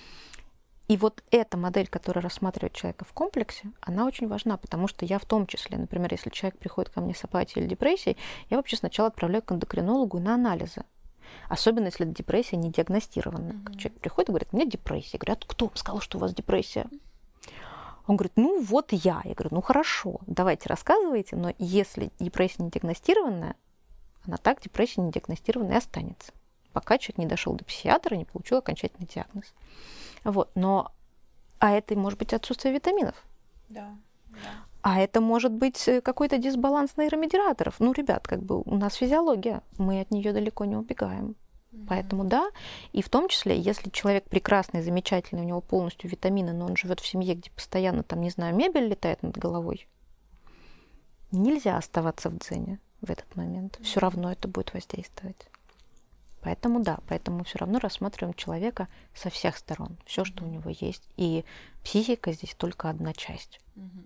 И вот эта модель, которая рассматривает человека в комплексе, она очень важна, потому что я в том числе, например, если человек приходит ко мне с апатией или депрессией, я вообще сначала отправляю к эндокринологу на анализы. Особенно, если это депрессия не диагностированная. Mm-hmm. Человек приходит и говорит, у меня депрессия. Говорят, кто вам сказал, что у вас депрессия? Он говорит, ну вот я. Я говорю, ну хорошо, давайте рассказывайте, но если депрессия не диагностированная, она так, депрессия не диагностированная и останется, пока человек не дошел до психиатра, не получил окончательный диагноз. Вот, но, а это может быть отсутствие витаминов. Да, да. А это может быть какой-то дисбаланс нейромедиаторов. Ну, ребят, как бы у нас физиология, мы от нее далеко не убегаем. Mm-hmm. Поэтому да, и в том числе, если человек прекрасный, замечательный, у него полностью витамины, но он живет в семье, где постоянно, там, не знаю, мебель летает над головой, нельзя оставаться в дзене в этот момент. Mm-hmm. Все равно это будет воздействовать. Поэтому да, поэтому все равно рассматриваем человека со всех сторон, все, что mm-hmm. у него есть. И психика здесь только одна часть. Mm-hmm.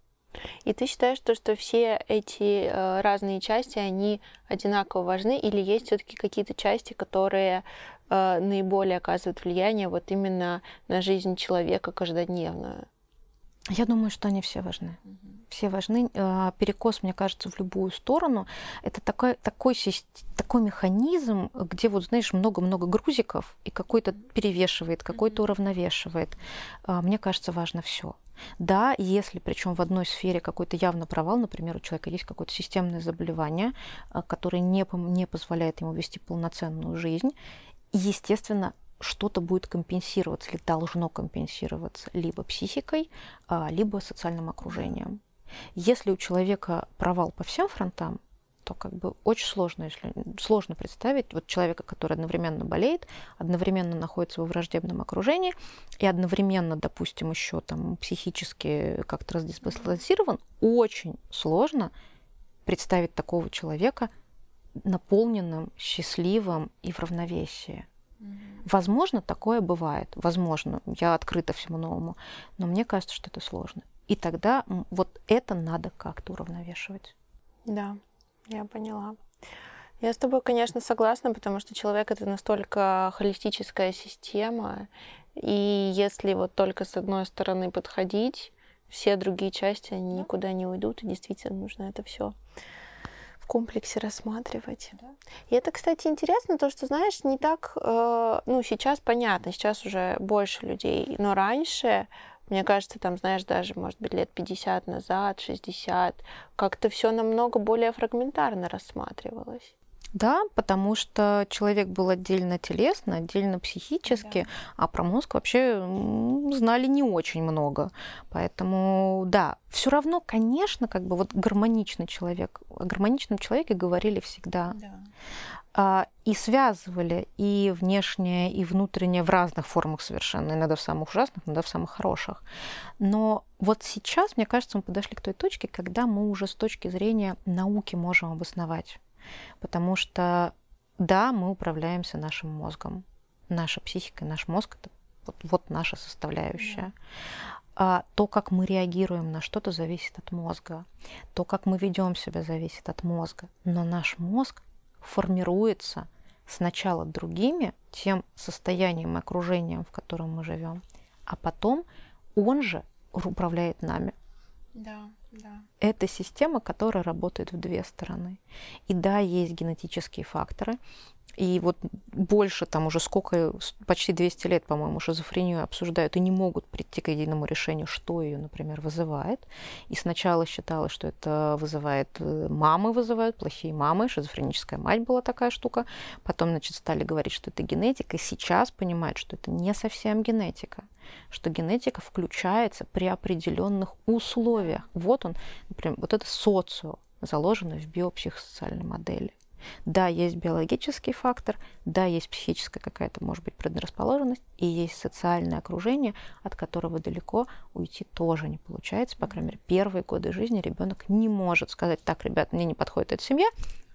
И ты считаешь, что, что все эти э, разные части, они одинаково важны, или есть все-таки какие-то части, которые э, наиболее оказывают влияние вот именно на жизнь человека каждодневную? Я думаю, что они все важны. Mm-hmm. Все важны. Перекос, мне кажется, в любую сторону. Это такой, такой, такой механизм, где, вот, знаешь, много-много грузиков, и какой-то перевешивает, какой-то уравновешивает. Мне кажется, важно все. Да, если, причем в одной сфере какой-то явно провал, например, у человека есть какое-то системное заболевание, которое не, не позволяет ему вести полноценную жизнь, естественно, что-то будет компенсироваться или должно компенсироваться либо психикой, либо социальным окружением. Если у человека провал по всем фронтам, то как бы очень сложно, если сложно представить вот человека, который одновременно болеет, одновременно находится во враждебном окружении и одновременно, допустим, еще там психически как-то раздисбалансирован, очень сложно представить такого человека наполненным, счастливым и в равновесии. Mm-hmm. Возможно, такое бывает. Возможно, я открыта всему новому. Но мне кажется, что это сложно. И тогда вот это надо как-то уравновешивать. Да, я поняла. Я с тобой, конечно, согласна, потому что человек — это настолько холистическая система. И если вот только с одной стороны подходить, все другие части, они mm-hmm. никуда не уйдут. И действительно нужно это все в комплексе рассматривать. Да. И это, кстати, интересно, то, что, знаешь, не так, э, ну, сейчас понятно, сейчас уже больше людей, но раньше, мне кажется, там, знаешь, даже, может быть, лет пятьдесят назад, шестьдесят, как-то все намного более фрагментарно рассматривалось. Да, потому что человек был отдельно телесно, отдельно психически, да. А про мозг вообще знали не очень много. Поэтому, да, все равно, конечно, как бы вот гармоничный человек, о гармоничном человеке говорили всегда. Да. А, и связывали и внешнее, и внутреннее в разных формах совершенно, иногда в самых ужасных, иногда в самых хороших. Но вот сейчас, мне кажется, мы подошли к той точке, когда мы уже с точки зрения науки можем обосновать. Потому что, да, мы управляемся нашим мозгом. Наша психика, наш мозг — это вот, вот наша составляющая. Yeah. А то, как мы реагируем на что-то, зависит от мозга. То, как мы ведем себя, зависит от мозга. Но наш мозг формируется сначала другими, тем состоянием и окружением, в котором мы живем, а потом он же управляет нами. Да, да. Это система, которая работает в две стороны. И да, есть генетические факторы. И вот больше, там уже сколько, почти двести лет, по-моему, шизофрению обсуждают и не могут прийти к единому решению, что ее, например, вызывает. И сначала считалось, что это вызывает, мамы вызывают, плохие мамы, шизофреническая мать была такая штука. Потом, значит, стали говорить, что это генетика. И сейчас понимают, что это не совсем генетика, что генетика включается при определенных условиях. Вот он, например, вот это социо, заложено в биопсихосоциальной модели. Да, есть биологический фактор, да, есть психическая какая-то, может быть, предрасположенность, и есть социальное окружение, от которого далеко уйти тоже не получается. По крайней мере, первые годы жизни ребенок не может сказать: так, ребят, мне не подходит эта семья,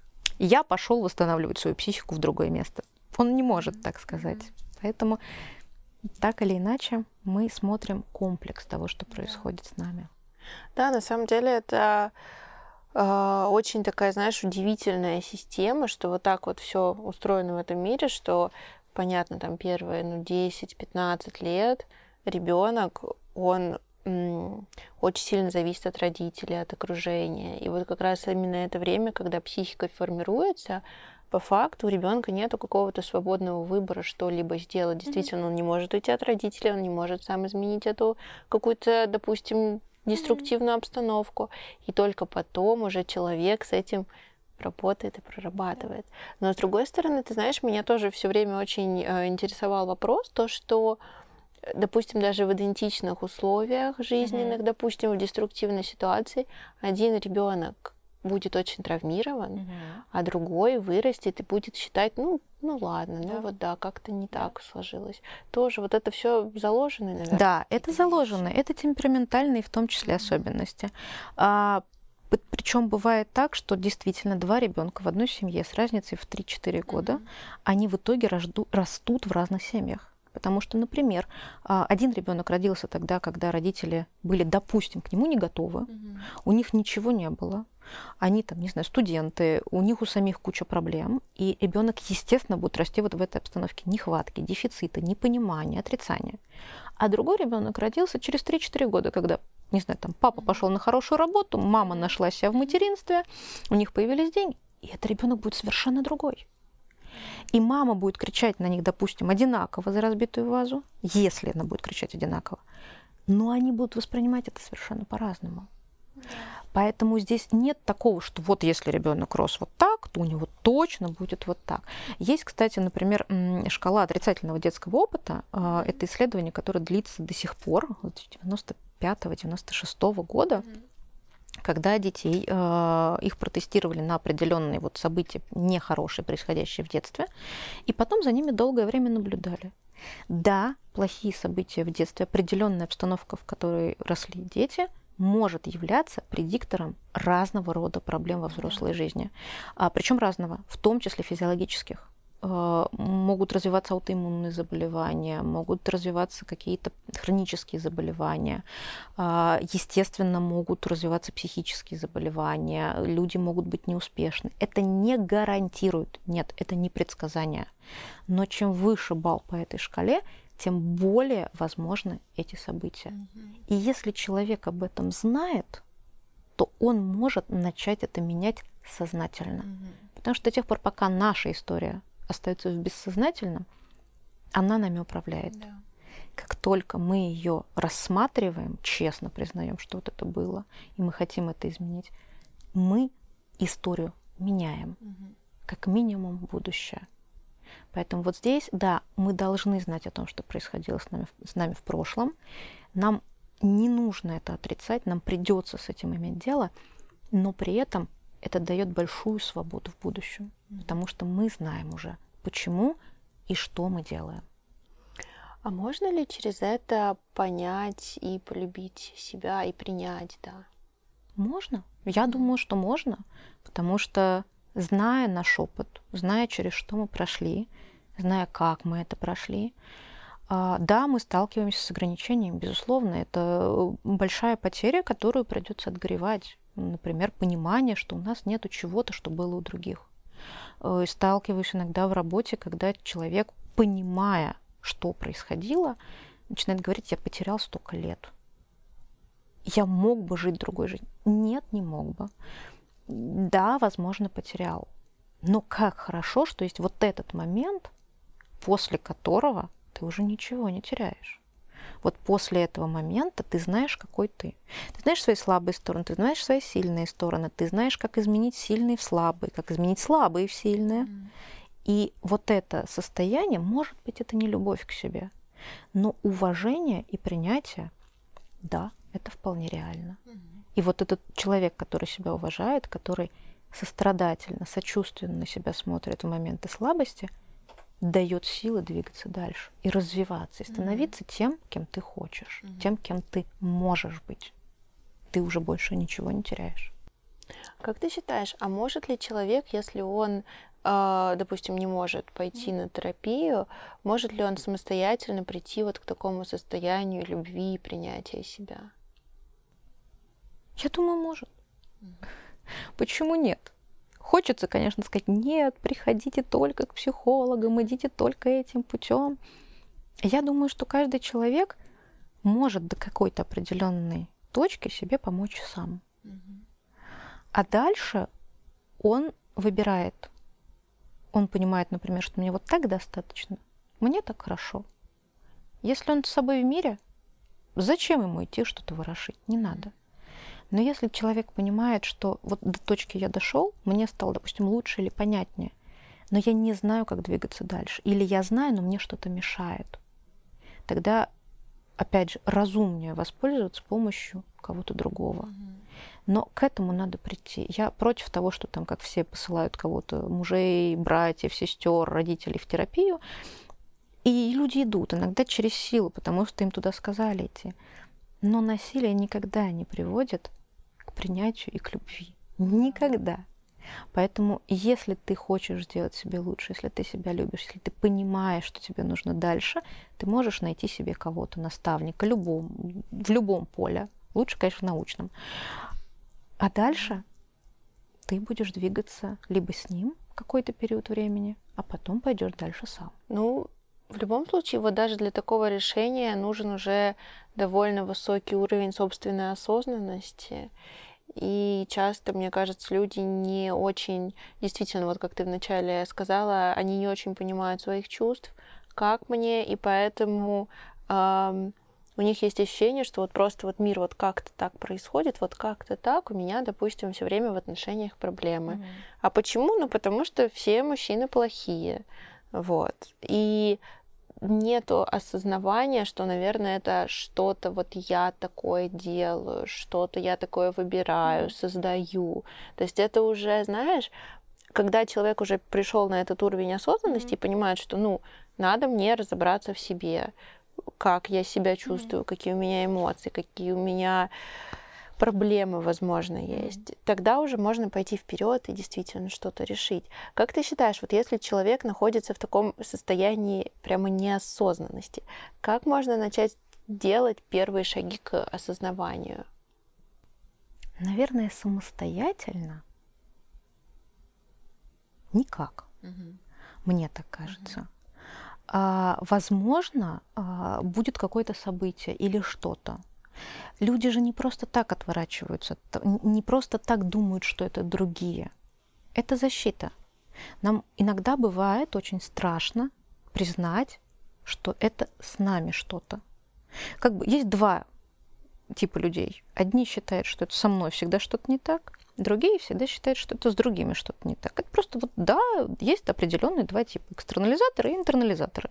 я пошел восстанавливать свою психику в другое место. Он не может так сказать. Поэтому так или иначе мы смотрим комплекс того, что происходит с нами. Да, на самом деле это очень такая, знаешь, удивительная система, что вот так вот все устроено в этом мире, что, понятно, там первые, ну, десять-пятнадцать лет ребенок, он м, очень сильно зависит от родителей, от окружения. И вот как раз именно это время, когда психика формируется, по факту у ребенка нету какого-то свободного выбора что-либо сделать. Действительно, он не может уйти от родителей, он не может сам изменить эту какую-то, допустим, деструктивную обстановку. И только потом уже человек с этим работает и прорабатывает. Но с другой стороны, ты знаешь, меня тоже все время очень э, интересовал вопрос, то, что, допустим, даже в идентичных условиях жизненных, mm-hmm. допустим, в деструктивной ситуации, один ребенок будет очень травмирован, mm-hmm. а другой вырастет и будет считать, ну, ну ладно, ну да. вот да, как-то не так сложилось. Тоже вот это все заложено, наверное. Да, это заложено, это темпераментальные в том числе mm-hmm. особенности. А, причем бывает так, что действительно два ребенка в одной семье с разницей в три-четыре года, mm-hmm. они в итоге рожду, растут в разных семьях. Потому что, например, один ребенок родился тогда, когда родители были, допустим, к нему не готовы, mm-hmm. у них ничего не было, они там, не знаю, студенты, у них у самих куча проблем, и ребенок, естественно, будет расти вот в этой обстановке нехватки, дефицита, непонимания, отрицания. А другой ребенок родился через три-четыре года, когда, не знаю, там папа пошел на хорошую работу, мама нашла себя в материнстве, у них появились деньги, и этот ребенок будет совершенно другой. И мама будет кричать на них, допустим, одинаково за разбитую вазу, если она будет кричать одинаково, но они будут воспринимать это совершенно по-разному. Да. Поэтому здесь нет такого, что вот если ребенок рос вот так, то у него точно будет вот так. Есть, кстати, например, шкала отрицательного детского опыта. Mm-hmm. Это исследование, которое длится до сих пор, с девяносто пятого — девяносто шестого года. Mm-hmm. Когда детей, э, их протестировали на определенные вот события нехорошие, происходящие в детстве, и потом за ними долгое время наблюдали. Да, плохие события в детстве, определенная обстановка, в которой росли дети, может являться предиктором разного рода проблем во взрослой жизни. А, причем разного, в том числе физиологических. Могут развиваться аутоиммунные заболевания, могут развиваться какие-то хронические заболевания, естественно, могут развиваться психические заболевания, люди могут быть неуспешны. Это не гарантирует, нет, это не предсказание. Но чем выше балл по этой шкале, тем более возможны эти события. Mm-hmm. И если человек об этом знает, то он может начать это менять сознательно. Mm-hmm. Потому что до тех пор, пока наша история остается в бессознательном, она нами управляет. Да. Как только мы ее рассматриваем, честно признаем, что вот это было, и мы хотим это изменить, мы историю меняем, угу. как минимум будущее. Поэтому вот здесь, да, мы должны знать о том, что происходило с нами, с нами в прошлом. Нам не нужно это отрицать, нам придется с этим иметь дело, но при этом это дает большую свободу в будущем, mm-hmm. потому что мы знаем уже, почему и что мы делаем. А можно ли через это понять и полюбить себя, и принять, да? Можно. Я mm-hmm. думаю, что можно, потому что, зная наш опыт, зная, через что мы прошли, зная, как мы это прошли, да, мы сталкиваемся с ограничениями, безусловно. Это большая потеря, которую придется отгоревать. Например, понимание, что у нас нету чего-то, что было у других. И сталкиваюсь иногда в работе, когда человек, понимая, что происходило, начинает говорить: я потерял столько лет. Я мог бы жить другой жизнью. Нет, не мог бы. Да, возможно, потерял. Но как хорошо, что есть вот этот момент, после которого ты уже ничего не теряешь. Вот после этого момента ты знаешь, какой ты. Ты знаешь свои слабые стороны, ты знаешь свои сильные стороны, ты знаешь, как изменить сильные в слабые, как изменить слабые в сильные. Mm. И вот это состояние, может быть, это не любовь к себе, но уважение и принятие, да, это вполне реально. Mm. И вот этот человек, который себя уважает, который сострадательно, сочувственно на себя смотрит в моменты слабости, дает силы двигаться дальше и развиваться, и становиться mm-hmm. тем, кем ты хочешь, mm-hmm. тем, кем ты можешь быть. Ты уже больше ничего не теряешь. Как ты считаешь, а может ли человек, если он, э, допустим, не может пойти mm-hmm. на терапию, может ли он самостоятельно прийти вот к такому состоянию любви и принятия себя? Я думаю, может. Mm-hmm. Почему нет? Хочется, конечно, сказать, нет, приходите только к психологам, идите только этим путем. Я думаю, что каждый человек может до какой-то определенной точки себе помочь сам. Mm-hmm. А дальше он выбирает. Он понимает, например, что мне вот так достаточно, мне так хорошо. Если он с собой в мире, зачем ему идти что-то ворошить? Не надо. Но если человек понимает, что вот до точки я дошел, мне стало, допустим, лучше или понятнее, но я не знаю, как двигаться дальше, или я знаю, но мне что-то мешает, тогда, опять же, разумнее воспользоваться помощью кого-то другого. Mm-hmm. Но к этому надо прийти. Я против того, что там, как все посылают кого-то, мужей, братьев, сестер, родителей в терапию, и люди идут, иногда через силу, потому что им туда сказали идти. Но насилие никогда не приводит к принятию и к любви. Никогда. Поэтому, если ты хочешь сделать себе лучше, если ты себя любишь, если ты понимаешь, что тебе нужно дальше, ты можешь найти себе кого-то, наставника, любом, в любом поле. Лучше, конечно, в научном. А дальше ты будешь двигаться либо с ним какой-то период времени, а потом пойдешь дальше сам. Ну, в любом случае, вот даже для такого решения нужен уже довольно высокий уровень собственной осознанности. И часто, мне кажется, люди не очень, действительно, вот как ты вначале сказала, они не очень понимают своих чувств, как мне, и поэтому эм, у них есть ощущение, что вот просто вот мир вот как-то так происходит, вот как-то так, у меня, допустим, все время в отношениях проблемы. Mm-hmm. А почему? Ну, потому что все мужчины плохие, вот. И нету осознавания, что, наверное, это что-то вот я такое делаю, что-то я такое выбираю, mm-hmm. создаю. То есть это уже, знаешь, когда человек уже пришел на этот уровень осознанности mm-hmm. и понимает, что, ну, надо мне разобраться в себе, как я себя чувствую, mm-hmm. какие у меня эмоции, какие у меня проблемы, возможно, есть, тогда уже можно пойти вперед и действительно что-то решить. Как ты считаешь, вот если человек находится в таком состоянии прямо неосознанности, как можно начать делать первые шаги к осознаванию? Наверное, самостоятельно никак. Угу. Мне так кажется. Угу. А, возможно, а, будет какое-то событие или что-то. Люди же не просто так отворачиваются, не просто так думают, что это другие. Это защита. Нам иногда бывает очень страшно признать, что это с нами что-то. Как бы есть два типа людей. Одни считают, что это со мной всегда что-то не так, другие всегда считают, что это с другими что-то не так. Это просто вот, да, есть определенные два типа: экстернализаторы и интернализаторы.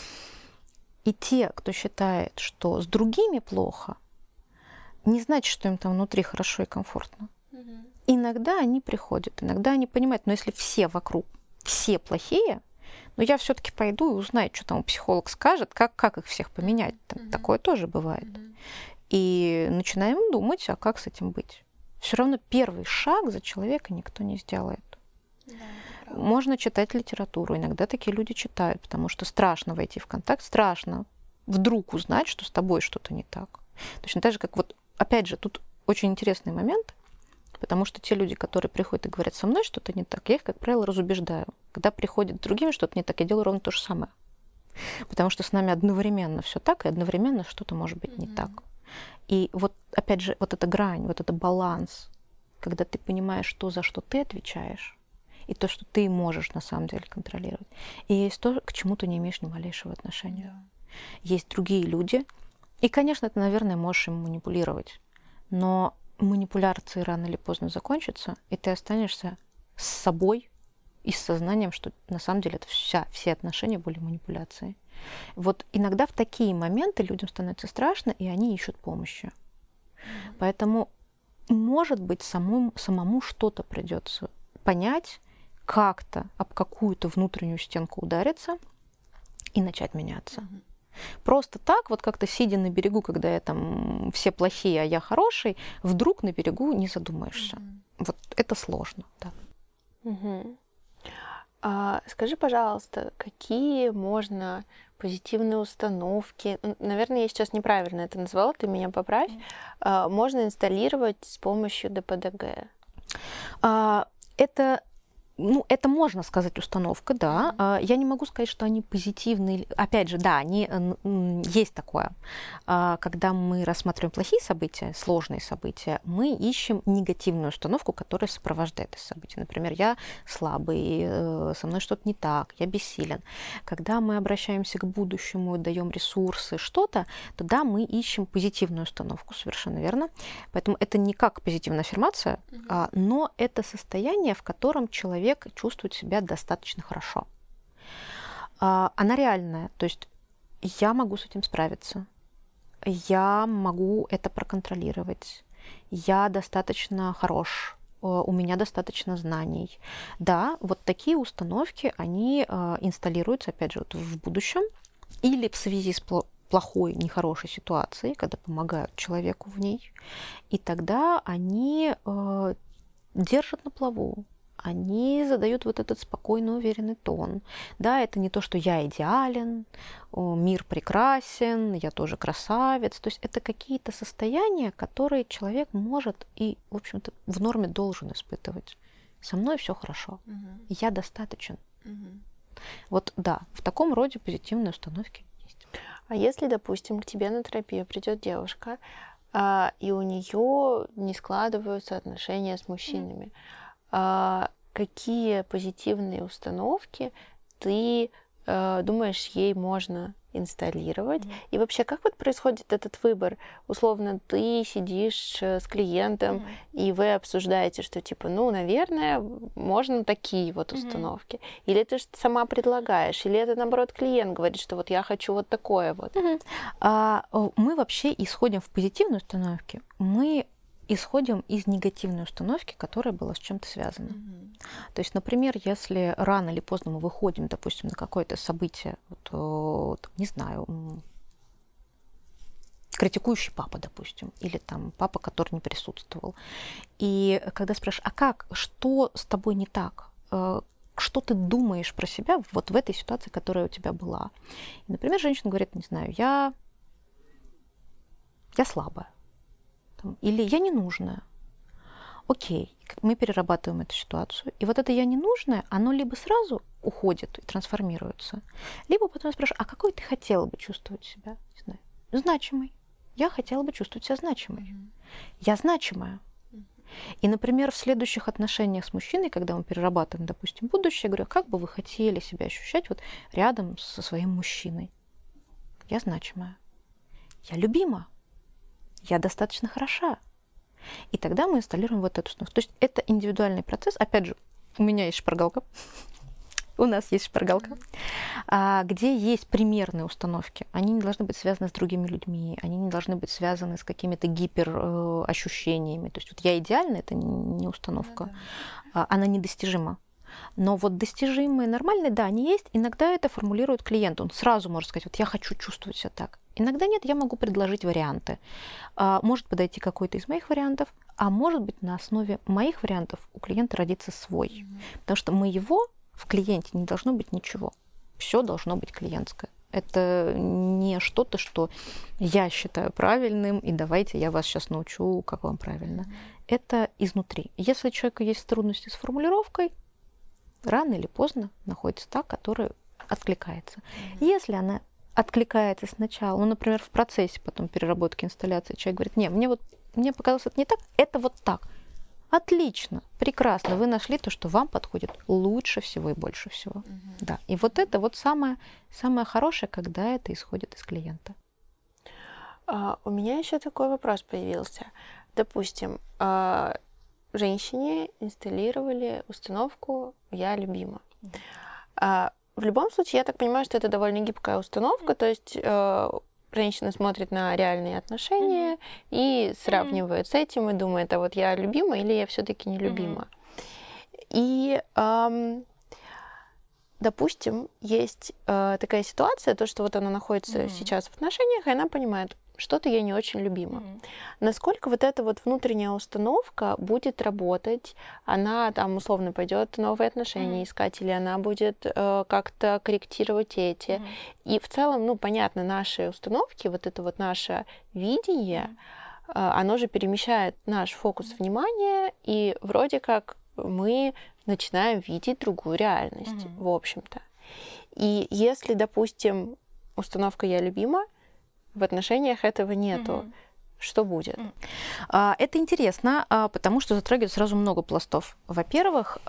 И те, кто считает, что с другими плохо, не значит, что им там внутри хорошо и комфортно. Mm-hmm. Иногда они приходят, иногда они понимают, но если все вокруг, все плохие, но я все-таки пойду и узнаю, что там психолог скажет, как, как их всех поменять. Mm-hmm. Такое тоже бывает. Mm-hmm. И начинаем думать, а как с этим быть. Все равно первый шаг за человека никто не сделает. Yeah, можно читать литературу. Иногда такие люди читают, потому что страшно войти в контакт, страшно вдруг узнать, что с тобой что-то не так. Точно так же, как вот, опять же, тут очень интересный момент, потому что те люди, которые приходят и говорят, со мной что-то не так, я их, как правило, разубеждаю. Когда приходят с другими что-то не так, я делаю ровно то же самое. Потому что с нами одновременно все так, и одновременно что-то может быть mm-hmm. не так. И вот, опять же, вот эта грань, вот этот баланс, когда ты понимаешь, что за что ты отвечаешь, и то, что ты можешь на самом деле контролировать. И есть то, к чему ты не имеешь ни малейшего отношения. Yeah. Есть другие люди, и, конечно, ты, наверное, можешь им манипулировать. Но манипуляции рано или поздно закончатся, и ты останешься с собой и с сознанием, что на самом деле это вся, все отношения были манипуляцией. Вот иногда в такие моменты людям становится страшно, и они ищут помощи. Mm-hmm. Поэтому, может быть, самому, самому что-то придется понять, как-то об какую-то внутреннюю стенку удариться и начать меняться. Mm-hmm. Просто так, вот как-то сидя на берегу, когда я там все плохие, а я хороший, вдруг на берегу не задумаешься. Mm-hmm. Вот это сложно. Да. Mm-hmm. А, скажи, пожалуйста, какие можно позитивные установки, наверное, я сейчас неправильно это назвала, ты меня поправь, mm-hmm. а, можно инсталлировать с помощью ДПДГ? А, это Ну, это можно сказать установка, да. Mm-hmm. Я не могу сказать, что они позитивные. Опять же, да, они, есть такое. Когда мы рассматриваем плохие события, сложные события, мы ищем негативную установку, которая сопровождает это событие. Например, я слабый, со мной что-то не так, я бессилен. Когда мы обращаемся к будущему, даем ресурсы, что-то, то да, мы ищем позитивную установку, совершенно верно. Поэтому это не как позитивная аффирмация, mm-hmm. но это состояние, в котором человек чувствует себя достаточно хорошо. Она реальная, то есть я могу с этим справиться, я могу это проконтролировать, я достаточно хорош, у меня достаточно знаний. Да, вот такие установки, они инсталируются, опять же, вот в будущем или в связи с плохой, нехорошей ситуацией, когда помогают человеку в ней, и тогда они держат на плаву. Они задают вот этот спокойный, уверенный тон. Да, это не то, что я идеален, мир прекрасен, я тоже красавец. То есть это какие-то состояния, которые человек может и, в общем-то, в норме должен испытывать. Со мной все хорошо, угу. Я достаточен. Угу. Вот да, в таком роде позитивные установки есть. А если, допустим, к тебе на терапию придет девушка, а, и у нее не складываются отношения с мужчинами, А, какие позитивные установки ты э, думаешь, ей можно инсталлировать? Mm-hmm. И вообще, как вот происходит этот выбор? Условно, ты сидишь с клиентом, mm-hmm. и вы обсуждаете, что типа, ну, наверное, можно такие вот установки. Mm-hmm. Или ты сама предлагаешь, или это, наоборот, клиент говорит, что вот я хочу вот такое вот. Mm-hmm. А, мы вообще исходим в позитивной установке. Мы исходим из негативной установки, которая была с чем-то связана. Mm-hmm. То есть, например, если рано или поздно мы выходим, допустим, на какое-то событие, вот, вот, не знаю, критикующий папа, допустим, или там папа, который не присутствовал. И когда спрашиваешь, а как, что с тобой не так? Что ты думаешь про себя вот в этой ситуации, которая у тебя была? И, например, женщина говорит, не знаю, я, я слабая. Или я ненужная. Окей, мы перерабатываем эту ситуацию. И вот это я ненужная, оно либо сразу уходит и трансформируется, либо потом спрашиваю, а какой ты хотела бы чувствовать себя? Не знаю, значимой. Я хотела бы чувствовать себя значимой. Mm-hmm. Я значимая. Mm-hmm. И, например, в следующих отношениях с мужчиной, когда мы перерабатываем, допустим, будущее, я говорю, как бы вы хотели себя ощущать вот рядом со своим мужчиной? Я значимая. Я любима. Я достаточно хороша. И тогда мы инсталируем вот эту установку. То есть это индивидуальный процесс. Опять же, у меня есть шпаргалка, у нас есть шпаргалка, где есть примерные установки. Они не должны быть связаны с другими людьми, они не должны быть связаны с какими-то гиперощущениями. То есть вот я идеальна, это не установка, она недостижима. Но вот достижимые, нормальные, да, они есть. Иногда это формулирует клиент. Он сразу может сказать, вот я хочу чувствовать себя так. Иногда нет, я могу предложить варианты. Может подойти какой-то из моих вариантов, а может быть на основе моих вариантов у клиента родится свой. Mm-hmm. Потому что моего в клиенте не должно быть ничего. Все должно быть клиентское. Это не что-то, что я считаю правильным, и давайте я вас сейчас научу, как вам правильно. Mm-hmm. Это изнутри. Если у человека есть трудности с формулировкой, рано или поздно находится та, которая откликается. Mm-hmm. Если она откликается сначала, ну, например, в процессе потом переработки инсталляции, человек говорит, не, мне вот мне показалось это не так, это вот так. Отлично, прекрасно, вы нашли то, что вам подходит лучше всего и больше всего. Mm-hmm. Да. И вот это вот самое, самое хорошее, когда это исходит из клиента. Uh, у меня еще такой вопрос появился. Допустим, uh, женщине инсталлировали установку «Я любима». Mm-hmm. Uh, В любом случае, я так понимаю, что это довольно гибкая установка, то есть э, женщина смотрит на реальные отношения mm-hmm. и сравнивает mm-hmm. с этим и думает, а вот я любима или я все-таки нелюбима. Mm-hmm. И, эм, допустим, есть э, такая ситуация, то, что вот она находится mm-hmm. сейчас в отношениях, и она понимает, что-то я не очень любима. Mm-hmm. Насколько вот эта вот внутренняя установка будет работать, она там условно пойдет новые отношения mm-hmm. искать, или она будет э, как-то корректировать эти. Mm-hmm. И в целом, ну, понятно, наши установки, вот это вот наше видение, mm-hmm. э, оно же перемещает наш фокус mm-hmm. внимания, и вроде как мы начинаем видеть другую реальность, mm-hmm. в общем-то. И если, допустим, установка «я любима», в отношениях этого нету, mm-hmm. что будет? Mm-hmm. Это интересно, потому что затрагивает сразу много пластов. Во-первых,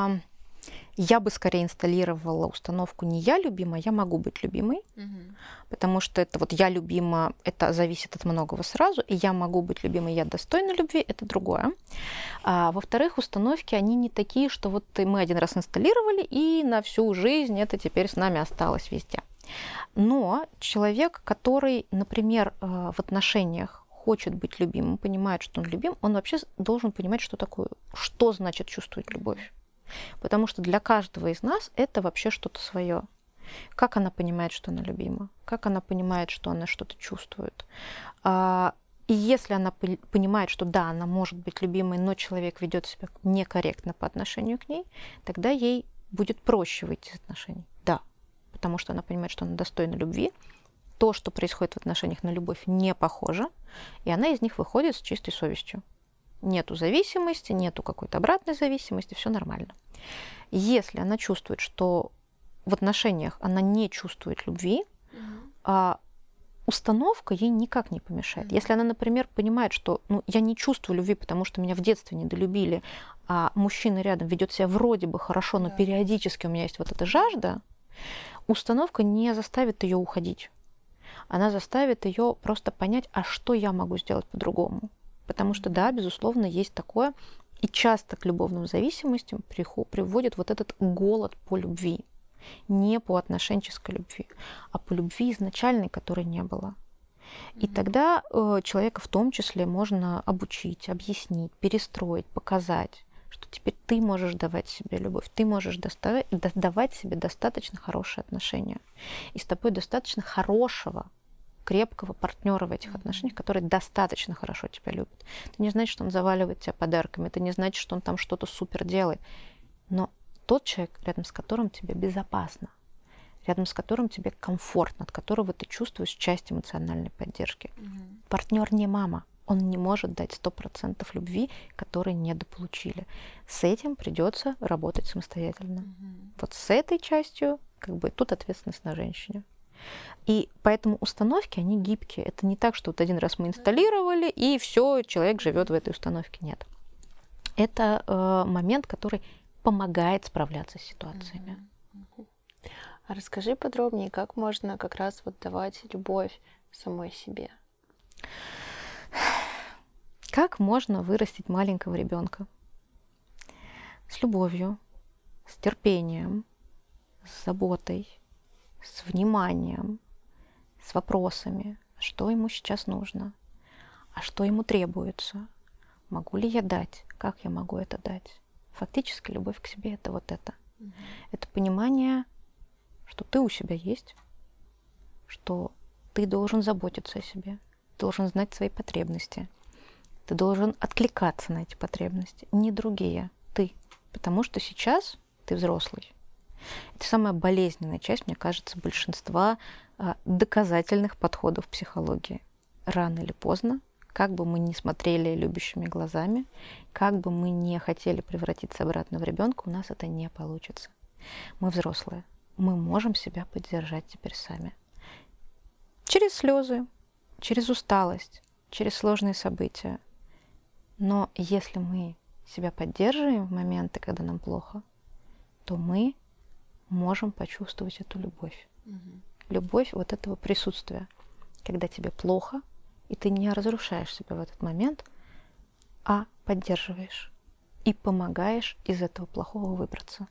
я бы скорее инсталлировала установку не «я любима», «я могу быть любимой», угу. потому что это вот «я любима», это зависит от многого сразу, и «я могу быть любимой», «я достойна любви» — это другое. А, во-вторых, установки, они не такие, что вот мы один раз инсталлировали, и на всю жизнь это теперь с нами осталось везде. Но человек, который, например, в отношениях хочет быть любимым, понимает, что он любим, он вообще должен понимать, что такое, что значит чувствовать любовь. Потому что для каждого из нас это вообще что-то свое. Как она понимает, что она любима? Как она понимает, что она что-то чувствует? И если она понимает, что да, она может быть любимой, но человек ведет себя некорректно по отношению к ней, тогда ей будет проще выйти из отношений. Да, потому что она понимает, что она достойна любви. То, что происходит в отношениях на любовь, не похоже, и она из них выходит с чистой совестью. Нету зависимости, нету какой-то обратной зависимости, все нормально. Если она чувствует, что в отношениях она не чувствует любви, mm-hmm. а установка ей никак не помешает. Mm-hmm. Если она, например, понимает, что ну, я не чувствую любви, потому что меня в детстве недолюбили, а мужчина рядом ведет себя вроде бы хорошо, но yeah. периодически у меня есть вот эта жажда, установка не заставит ее уходить. Она заставит ее просто понять, а что я могу сделать по-другому. Потому что, да, безусловно, есть такое, и часто к любовным зависимостям приводит вот этот голод по любви. Не по отношенческой любви, а по любви изначальной, которой не было. И mm-hmm. тогда э, человека в том числе можно обучить, объяснить, перестроить, показать, что теперь ты можешь давать себе любовь, ты можешь доставать, давать себе достаточно хорошие отношения. И с тобой достаточно хорошего, крепкого партнера в этих mm-hmm. отношениях, который достаточно хорошо тебя любит. Это не значит, что он заваливает тебя подарками, это не значит, что он там что-то супер делает. Но тот человек, рядом с которым тебе безопасно, рядом с которым тебе комфортно, от которого ты чувствуешь часть эмоциональной поддержки. Mm-hmm. Партнер не мама. Он не может дать сто процентов любви, которые недополучили. С этим придется работать самостоятельно. Mm-hmm. Вот с этой частью, как бы, тут ответственность на женщине. И поэтому установки, они гибкие. Это не так, что вот один раз мы инсталлировали, и все, человек живет в этой установке. Нет. Это э, момент, который помогает справляться с ситуациями. Mm-hmm. А расскажи подробнее, как можно как раз вот давать любовь самой себе. Как можно вырастить маленького ребенка? С любовью, с терпением, с заботой, с вниманием, с вопросами, что ему сейчас нужно, а что ему требуется, могу ли я дать, как я могу это дать. Фактически любовь к себе — это вот это. Mm-hmm. Это понимание, что ты у себя есть, что ты должен заботиться о себе, должен знать свои потребности, ты должен откликаться на эти потребности, не другие, ты. Потому что сейчас ты взрослый. Это самая болезненная часть, мне кажется, большинства а, доказательных подходов в психологии. Рано или поздно, как бы мы ни смотрели любящими глазами, как бы мы не хотели превратиться обратно в ребенка, у нас это не получится. Мы взрослые. Мы можем себя поддержать теперь сами. Через слезы, через усталость, через сложные события. Но если мы себя поддерживаем в моменты, когда нам плохо, то мы можем почувствовать эту любовь. Mm-hmm. Любовь вот этого присутствия, когда тебе плохо, и ты не разрушаешь себя в этот момент, а поддерживаешь и помогаешь из этого плохого выбраться.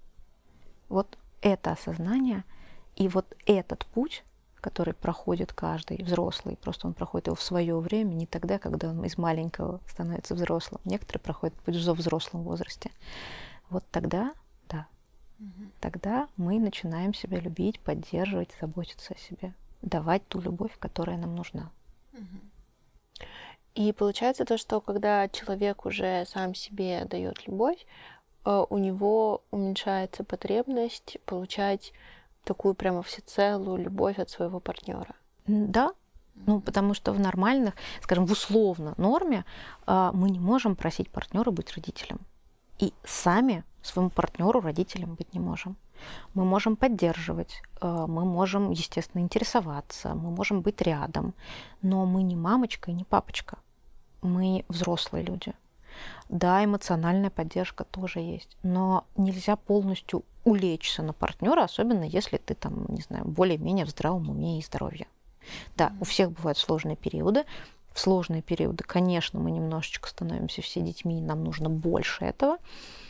Вот это осознание и вот этот путь, который проходит каждый взрослый, просто он проходит его в свое время, не тогда, когда он из маленького становится взрослым. Некоторые проходят путь в взрослом возрасте. Вот тогда, да, угу. тогда мы начинаем себя любить, поддерживать, заботиться о себе, давать ту любовь, которая нам нужна. Угу. И получается то, что когда человек уже сам себе дает любовь, у него уменьшается потребность получать такую прямо всецелую любовь от своего партнера. Да, ну потому что в нормальных, скажем, в условно норме мы не можем просить партнера быть родителем. и сами своему партнеру, родителям быть не можем. Мы можем поддерживать, мы можем, естественно, интересоваться, мы можем быть рядом, но мы не мамочка и не папочка. Мы взрослые люди. Да, эмоциональная поддержка тоже есть, но нельзя полностью улечься на партнера, особенно если ты там, не знаю, более-менее в здравом уме и здоровье. Да, mm-hmm. у всех бывают сложные периоды. В сложные периоды, конечно, мы немножечко становимся все детьми, и нам нужно больше этого.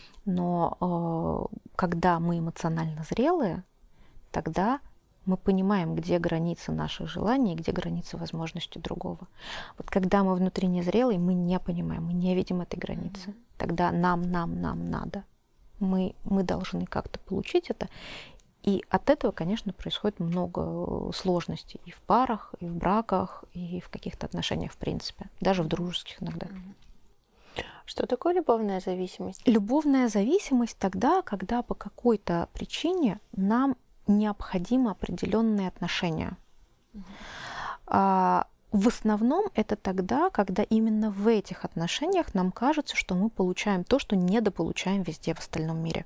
Но э, когда мы эмоционально зрелые, тогда мы понимаем, где границы наших желаний, где границы возможностей другого. Вот когда мы внутренне зрелые, мы не понимаем, мы не видим этой границы. Mm-hmm. Тогда нам, нам, нам надо. Мы, мы должны как-то получить это. И от этого, конечно, происходит много сложностей и в парах, и в браках, и в каких-то отношениях в принципе, даже в дружеских иногда. Что такое любовная зависимость? Любовная зависимость тогда, когда по какой-то причине нам необходимы определенные отношения. Mm-hmm. А, в основном это тогда, когда именно в этих отношениях нам кажется, что мы получаем то, что недополучаем везде в остальном мире.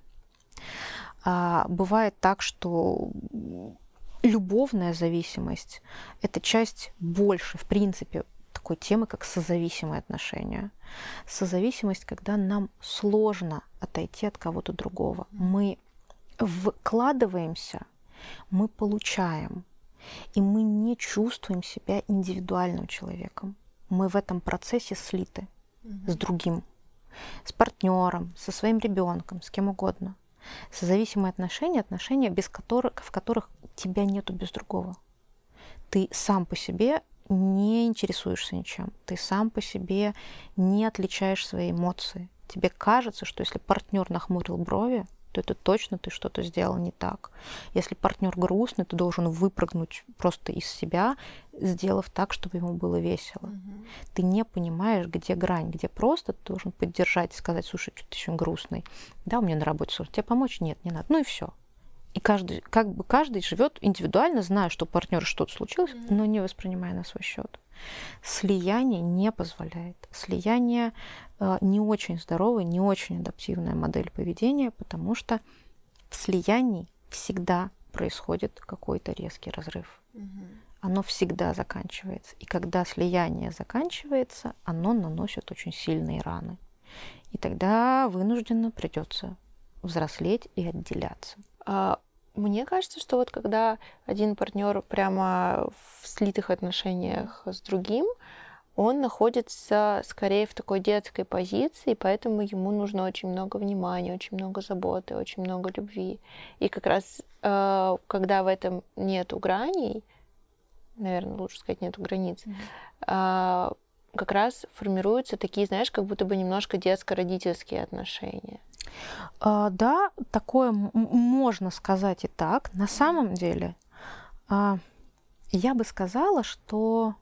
А, бывает так, что любовная зависимость — это часть больше, в принципе, такой темы, как созависимые отношения. Созависимость, когда нам сложно отойти от кого-то другого. Мы вкладываемся, мы получаем, и мы не чувствуем себя индивидуальным человеком. Мы в этом процессе слиты mm-hmm. с другим, с партнером, со своим ребенком, с кем угодно. Созависимые отношения — отношения, без которых, в которых тебя нету без другого. Ты сам по себе не интересуешься ничем. Ты сам по себе не отличаешь свои эмоции. Тебе кажется, что если партнер нахмурил брови, то это точно ты что-то сделал не так. Если партнер грустный, ты должен выпрыгнуть просто из себя, сделав так, чтобы ему было весело. Mm-hmm. Ты не понимаешь, где грань, где просто ты должен поддержать и сказать: слушай, что ты еще грустный. Да, у меня на работе сложно. Тебе помочь? Нет, не надо. Ну и все. И каждый, как бы каждый живет индивидуально, зная, что у партнера что-то случилось, mm-hmm. но не воспринимая на свой счет. Слияние не позволяет. Слияние э, не очень здоровая, не очень адаптивная модель поведения, потому что в слиянии всегда происходит какой-то резкий разрыв. Mm-hmm. Оно всегда заканчивается. И когда слияние заканчивается, оно наносит очень сильные раны. И тогда вынужденно придется взрослеть и отделяться. А, мне кажется, что вот когда один партнер прямо в слитых отношениях с другим, он находится скорее в такой детской позиции, поэтому ему нужно очень много внимания, очень много заботы, очень много любви. И как раз э, когда в этом нету граней, наверное, лучше сказать, нету границ, mm-hmm. э, как раз формируются такие, знаешь, как будто бы немножко детско-родительские отношения. А, да, такое м- можно сказать и так. На самом деле, а, я бы сказала, что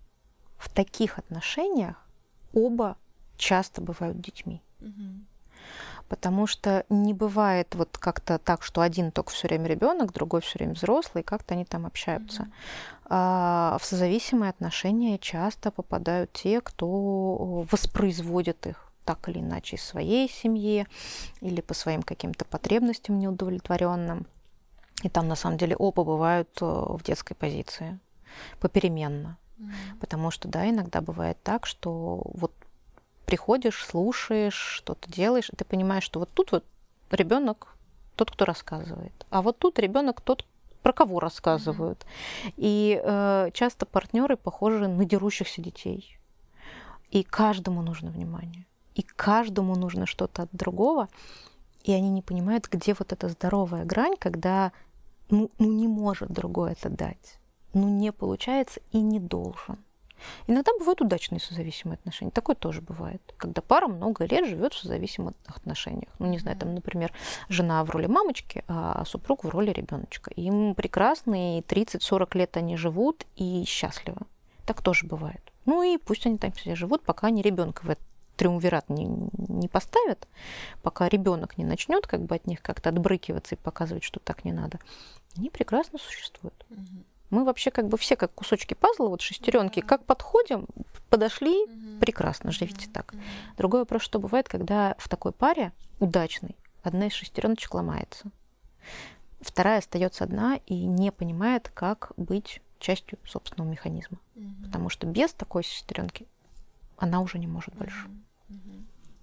в таких отношениях оба часто бывают детьми. Mm-hmm. Потому что не бывает вот как-то так, что один только все время ребенок, другой все время взрослый, и как-то они там общаются. Mm-hmm. А, в созависимые отношения часто попадают те, кто воспроизводит их так или иначе из своей семьи или по своим каким-то потребностям неудовлетворенным. И там на самом деле оба бывают в детской позиции попеременно. Mm-hmm. Потому что, да, иногда бывает так, что вот приходишь, слушаешь, что-то делаешь, и ты понимаешь, что вот тут вот ребенок тот, кто рассказывает, а вот тут ребенок тот, про кого рассказывают. Mm-hmm. И э, часто партнеры похожи на дерущихся детей. И каждому нужно внимание. И каждому нужно что-то от другого, и они не понимают, где вот эта здоровая грань, когда ну, ну не может другой это дать, ну не получается и не должен. Иногда бывают удачные созависимые отношения, такое тоже бывает, когда пара много лет живет в созависимых отношениях. Ну не знаю, там, например, жена в роли мамочки, а супруг в роли ребеночка. Им прекрасно, и тридцать-сорок лет они живут и счастливы. Так тоже бывает. Ну и пусть они там все живут, пока они ребенка в этом триумвират не, не поставят, пока ребенок не начнет как бы от них как-то отбрыкиваться и показывать, что так не надо, они прекрасно существуют. Угу. Мы вообще как бы все как кусочки пазла, вот шестеренки, как подходим, подошли, угу. прекрасно, живите угу. так. Другой вопрос, что бывает, когда в такой паре удачный, одна из шестереночек ломается. Вторая остается одна и не понимает, как быть частью собственного механизма. Mm-hmm. Потому что без такой шестеренки она уже не может больше. Mm-hmm.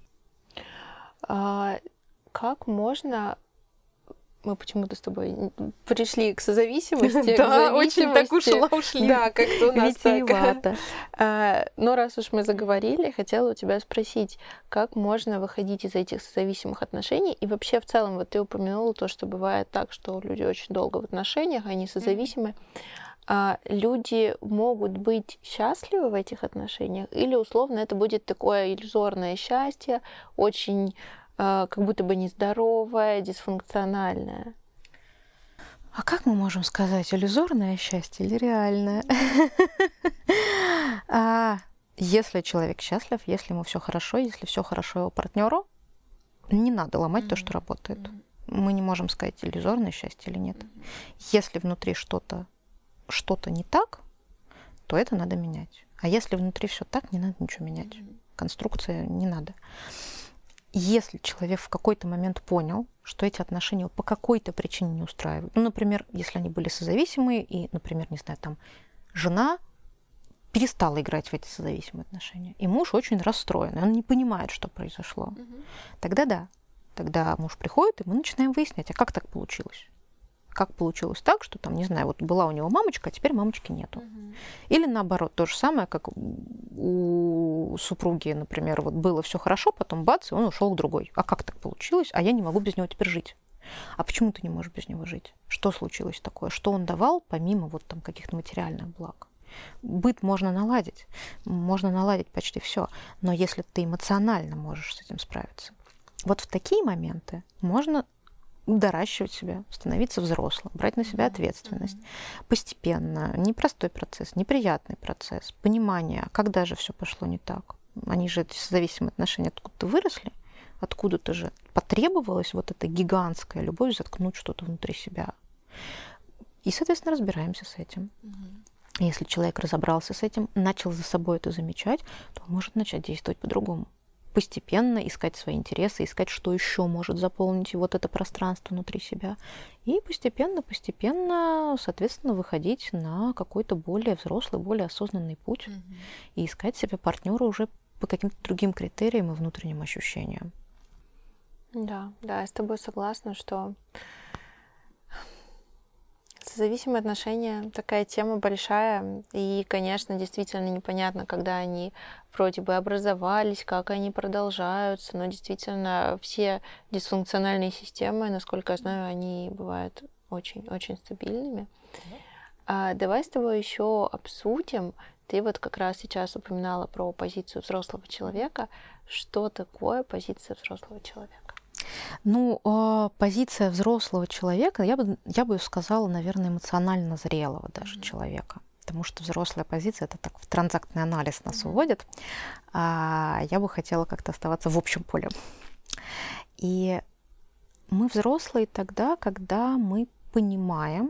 А, как можно... Мы почему-то с тобой пришли к созависимости. Да, очень так ушла, ушли. Да, как-то у нас так. Но раз уж мы заговорили, хотела у тебя спросить, как можно выходить из этих созависимых отношений? И вообще в целом, вот ты упомянула то, что бывает так, что люди очень долго в отношениях, они созависимы. А люди могут быть счастливы в этих отношениях? Или условно это будет такое иллюзорное счастье, очень... как будто бы нездоровое, дисфункциональное. А как мы можем сказать, иллюзорное счастье или реальное? Если человек счастлив, если ему все хорошо, если все хорошо его партнеру, не надо ломать то, что работает. Мы не можем сказать, иллюзорное счастье или нет. Если внутри что-то что-то не так, то это надо менять. А если внутри все так, не надо ничего менять. Конструкция не надо. Если человек в какой-то момент понял, что эти отношения его по какой-то причине не устраивают, ну, например, если они были созависимые, и, например, не знаю, там, жена перестала играть в эти созависимые отношения, и муж очень расстроен, и он не понимает, что произошло, mm-hmm. тогда да, тогда муж приходит, и мы начинаем выяснять, а как так получилось? Как получилось так, что там, не знаю, вот была у него мамочка, а теперь мамочки нету. Mm-hmm. Или наоборот, то же самое, как у супруги, например, вот было все хорошо, потом бац, и он ушел к другой. А как так получилось? А я не могу без него теперь жить. А почему ты не можешь без него жить? Что случилось такое? Что он давал, помимо вот там каких-то материальных благ? Быт можно наладить, можно наладить почти все, но если ты эмоционально можешь с этим справиться, вот в такие моменты можно доращивать себя, становиться взрослым, брать на себя ответственность. Mm-hmm. Постепенно. Непростой процесс, неприятный процесс. Понимание, когда же все пошло не так. Они же, эти зависимые отношения, откуда-то выросли, откуда-то же потребовалась вот эта гигантская любовь заткнуть что-то внутри себя. И, соответственно, разбираемся с этим. Mm-hmm. Если человек разобрался с этим, начал за собой это замечать, то он может начать действовать по-другому. Постепенно искать свои интересы, искать, что еще может заполнить вот это пространство внутри себя. И постепенно-постепенно, соответственно, выходить на какой-то более взрослый, более осознанный путь. Mm-hmm. И искать себе партнера уже по каким-то другим критериям и внутренним ощущениям. Да, да, я с тобой согласна, что созависимые отношения такая тема большая, и, конечно, действительно непонятно, когда они вроде бы образовались, как они продолжаются, но действительно все дисфункциональные системы, насколько я знаю, они бывают очень-очень стабильными. Да. А, давай с тобой еще обсудим. Ты вот как раз сейчас упоминала про позицию взрослого человека. Что такое позиция взрослого человека? Ну, позиция взрослого человека, я бы, я бы сказала, наверное, эмоционально зрелого даже mm-hmm. человека. Потому что взрослая позиция, это так в транзактный анализ нас mm-hmm. уводит. А я бы хотела как-то оставаться в общем поле. И мы взрослые тогда, когда мы понимаем,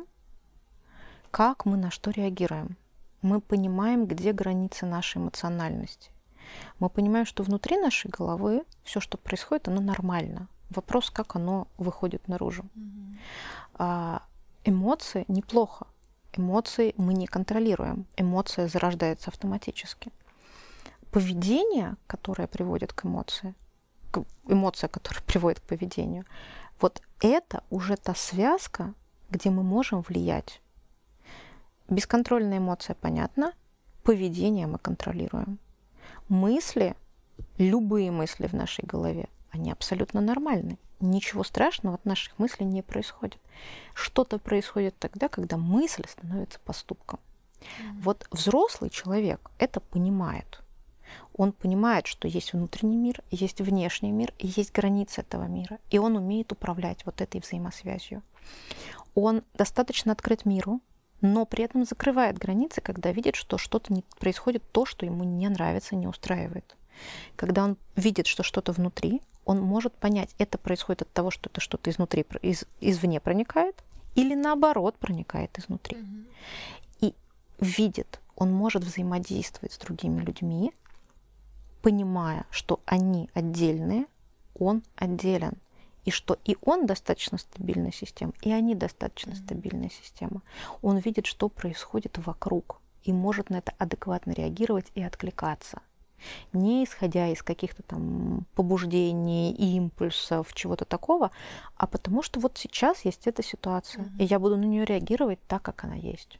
как мы на что реагируем. Мы понимаем, где границы нашей эмоциональности. Мы понимаем, что внутри нашей головы все, что происходит, оно нормально. Вопрос, как оно выходит наружу. Mm-hmm. А, эмоции неплохо. Эмоции мы не контролируем. Эмоция зарождается автоматически. Поведение, которое приводит к эмоции, к, эмоция, которая приводит к поведению, вот это уже та связка, где мы можем влиять. Бесконтрольная эмоция, понятно. Поведение мы контролируем. Мысли, любые мысли в нашей голове, они абсолютно нормальны. Ничего страшного от наших мыслей не происходит. Что-то происходит тогда, когда мысль становится поступком. Mm-hmm. Вот взрослый человек это понимает. Он понимает, что есть внутренний мир, есть внешний мир, и есть границы этого мира. И он умеет управлять вот этой взаимосвязью. Он достаточно открыт миру, но при этом закрывает границы, когда видит, что что-то не происходит, то, что ему не нравится, не устраивает. Когда он видит, что что-то внутри, он может понять, это происходит от того, что это что-то изнутри, из, извне проникает, или наоборот проникает изнутри. Mm-hmm. И видит, он может взаимодействовать с другими людьми, понимая, что они отдельные, он отделен. и что и он достаточно стабильная система, и они достаточно mm-hmm. стабильная система. Он видит, что происходит вокруг, и может на это адекватно реагировать и откликаться. Не исходя из каких-то там побуждений, импульсов, чего-то такого, а потому что вот сейчас есть эта ситуация, mm-hmm. и я буду на нее реагировать так, как она есть.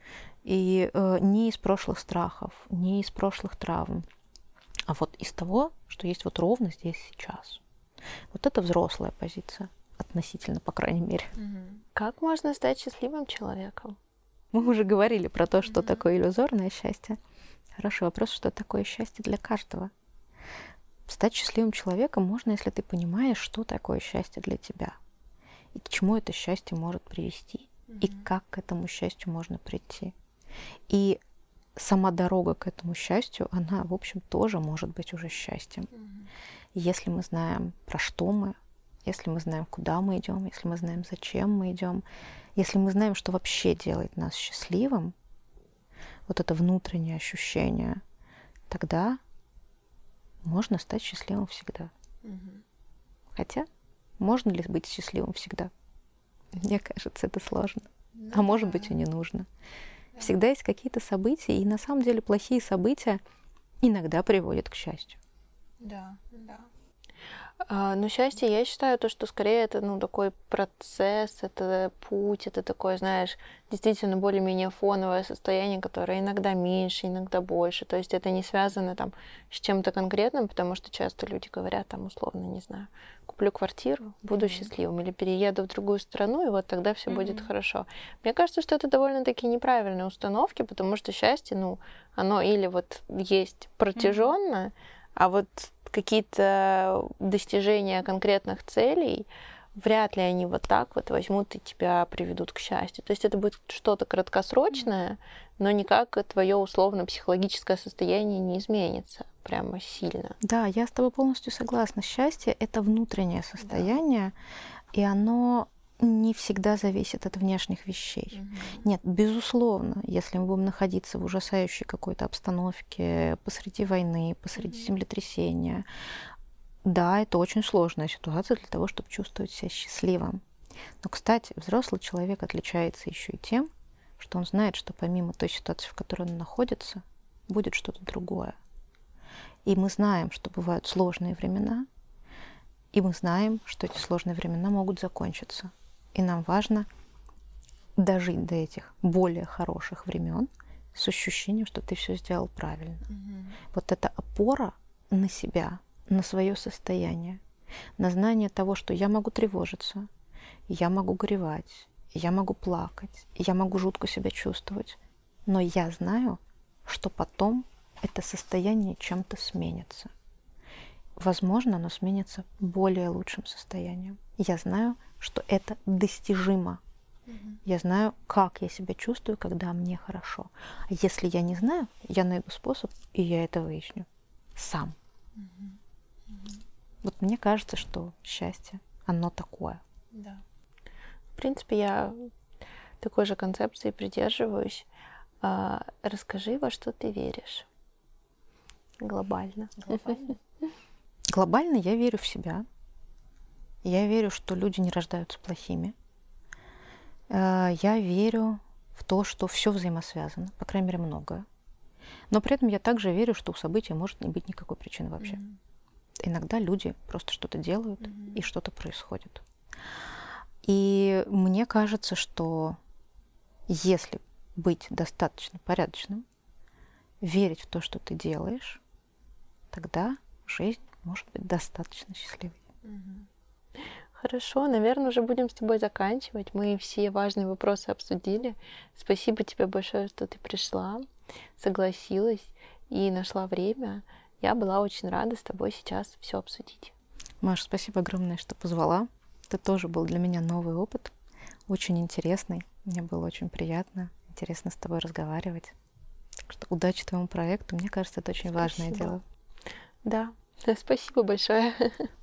И э, не из прошлых страхов, не из прошлых травм, а вот из того, что есть вот ровно здесь сейчас. Вот это взрослая позиция, относительно, по крайней мере. Mm-hmm. Как можно стать счастливым человеком? Мы уже говорили про то, что mm-hmm. такое иллюзорное счастье. Хороший вопрос, что такое счастье для каждого. Стать счастливым человеком можно, если ты понимаешь, что такое счастье для тебя, и к чему это счастье может привести, mm-hmm. и как к этому счастью можно прийти. И сама дорога к этому счастью, она, в общем, тоже может быть уже счастьем. Mm-hmm. Если мы знаем, про что мы, если мы знаем, куда мы идем, если мы знаем, зачем мы идем, если мы знаем, что вообще делает нас счастливым, вот это внутреннее ощущение, тогда можно стать счастливым всегда. Mm-hmm. Хотя, можно ли быть счастливым всегда? Мне кажется, это сложно. Mm-hmm. А может быть, и не нужно. Всегда есть какие-то события, и на самом деле плохие события иногда приводят к счастью. Да, да. А, но счастье, я считаю, то, что скорее это ну, такой процесс, это путь, это такое, знаешь, действительно более-менее фоновое состояние, которое иногда меньше, иногда больше. То есть это не связано там с чем-то конкретным, потому что часто люди говорят, там, условно, не знаю, куплю квартиру, буду mm-hmm. счастливым, или перееду в другую страну, и вот тогда все mm-hmm. будет хорошо. Мне кажется, что это довольно-таки неправильные установки, потому что счастье, ну, оно или вот есть протяженно, mm-hmm. а вот какие-то достижения конкретных целей, вряд ли они вот так вот возьмут и тебя приведут к счастью. То есть это будет что-то краткосрочное, но никак твое условно-психологическое состояние не изменится прямо сильно. Да, я с тобой полностью согласна. Счастье — это внутреннее состояние, да. И оно не всегда зависит от внешних вещей. Mm-hmm. Нет, безусловно, если мы будем находиться в ужасающей какой-то обстановке посреди войны, посреди mm-hmm. землетрясения, да, это очень сложная ситуация для того, чтобы чувствовать себя счастливым. Но, кстати, взрослый человек отличается еще и тем, что он знает, что помимо той ситуации, в которой он находится, будет что-то другое. И мы знаем, что бывают сложные времена, и мы знаем, что эти сложные времена могут закончиться. И нам важно дожить до этих более хороших времен с ощущением, что ты все сделал правильно. Mm-hmm. Вот эта опора на себя, на свое состояние, на знание того, что я могу тревожиться, я могу горевать, я могу плакать, я могу жутко себя чувствовать, но я знаю, что потом это состояние чем-то сменится. Возможно, оно сменится более лучшим состоянием. Я знаю, что это достижимо. Mm-hmm. Я знаю, как я себя чувствую, когда мне хорошо. А если я не знаю, я найду способ, и я это выясню сам. Mm-hmm. Mm-hmm. Вот мне кажется, что счастье, оно такое. Да. В принципе, я такой же концепции придерживаюсь. А, расскажи, во что ты веришь глобально. Глобально? Глобально я верю в себя. Я верю, что люди не рождаются плохими. Я верю в то, что все взаимосвязано, по крайней мере, многое. Но при этом я также верю, что у события может не быть никакой причины вообще. Mm-hmm. Иногда люди просто что-то делают, mm-hmm. и что-то происходит. И мне кажется, что если быть достаточно порядочным, верить в то, что ты делаешь, тогда жизнь может быть достаточно счастливой. Mm-hmm. Хорошо, наверное, уже будем с тобой заканчивать. Мы все важные вопросы обсудили. Спасибо тебе большое, что ты пришла, согласилась и нашла время. Я была очень рада с тобой сейчас все обсудить. Маша, спасибо огромное, что позвала. Это тоже был для меня новый опыт, очень интересный. Мне было очень приятно, интересно с тобой разговаривать. Так что удачи твоему проекту. Мне кажется, это очень спасибо. Важное дело. Да, да, спасибо большое.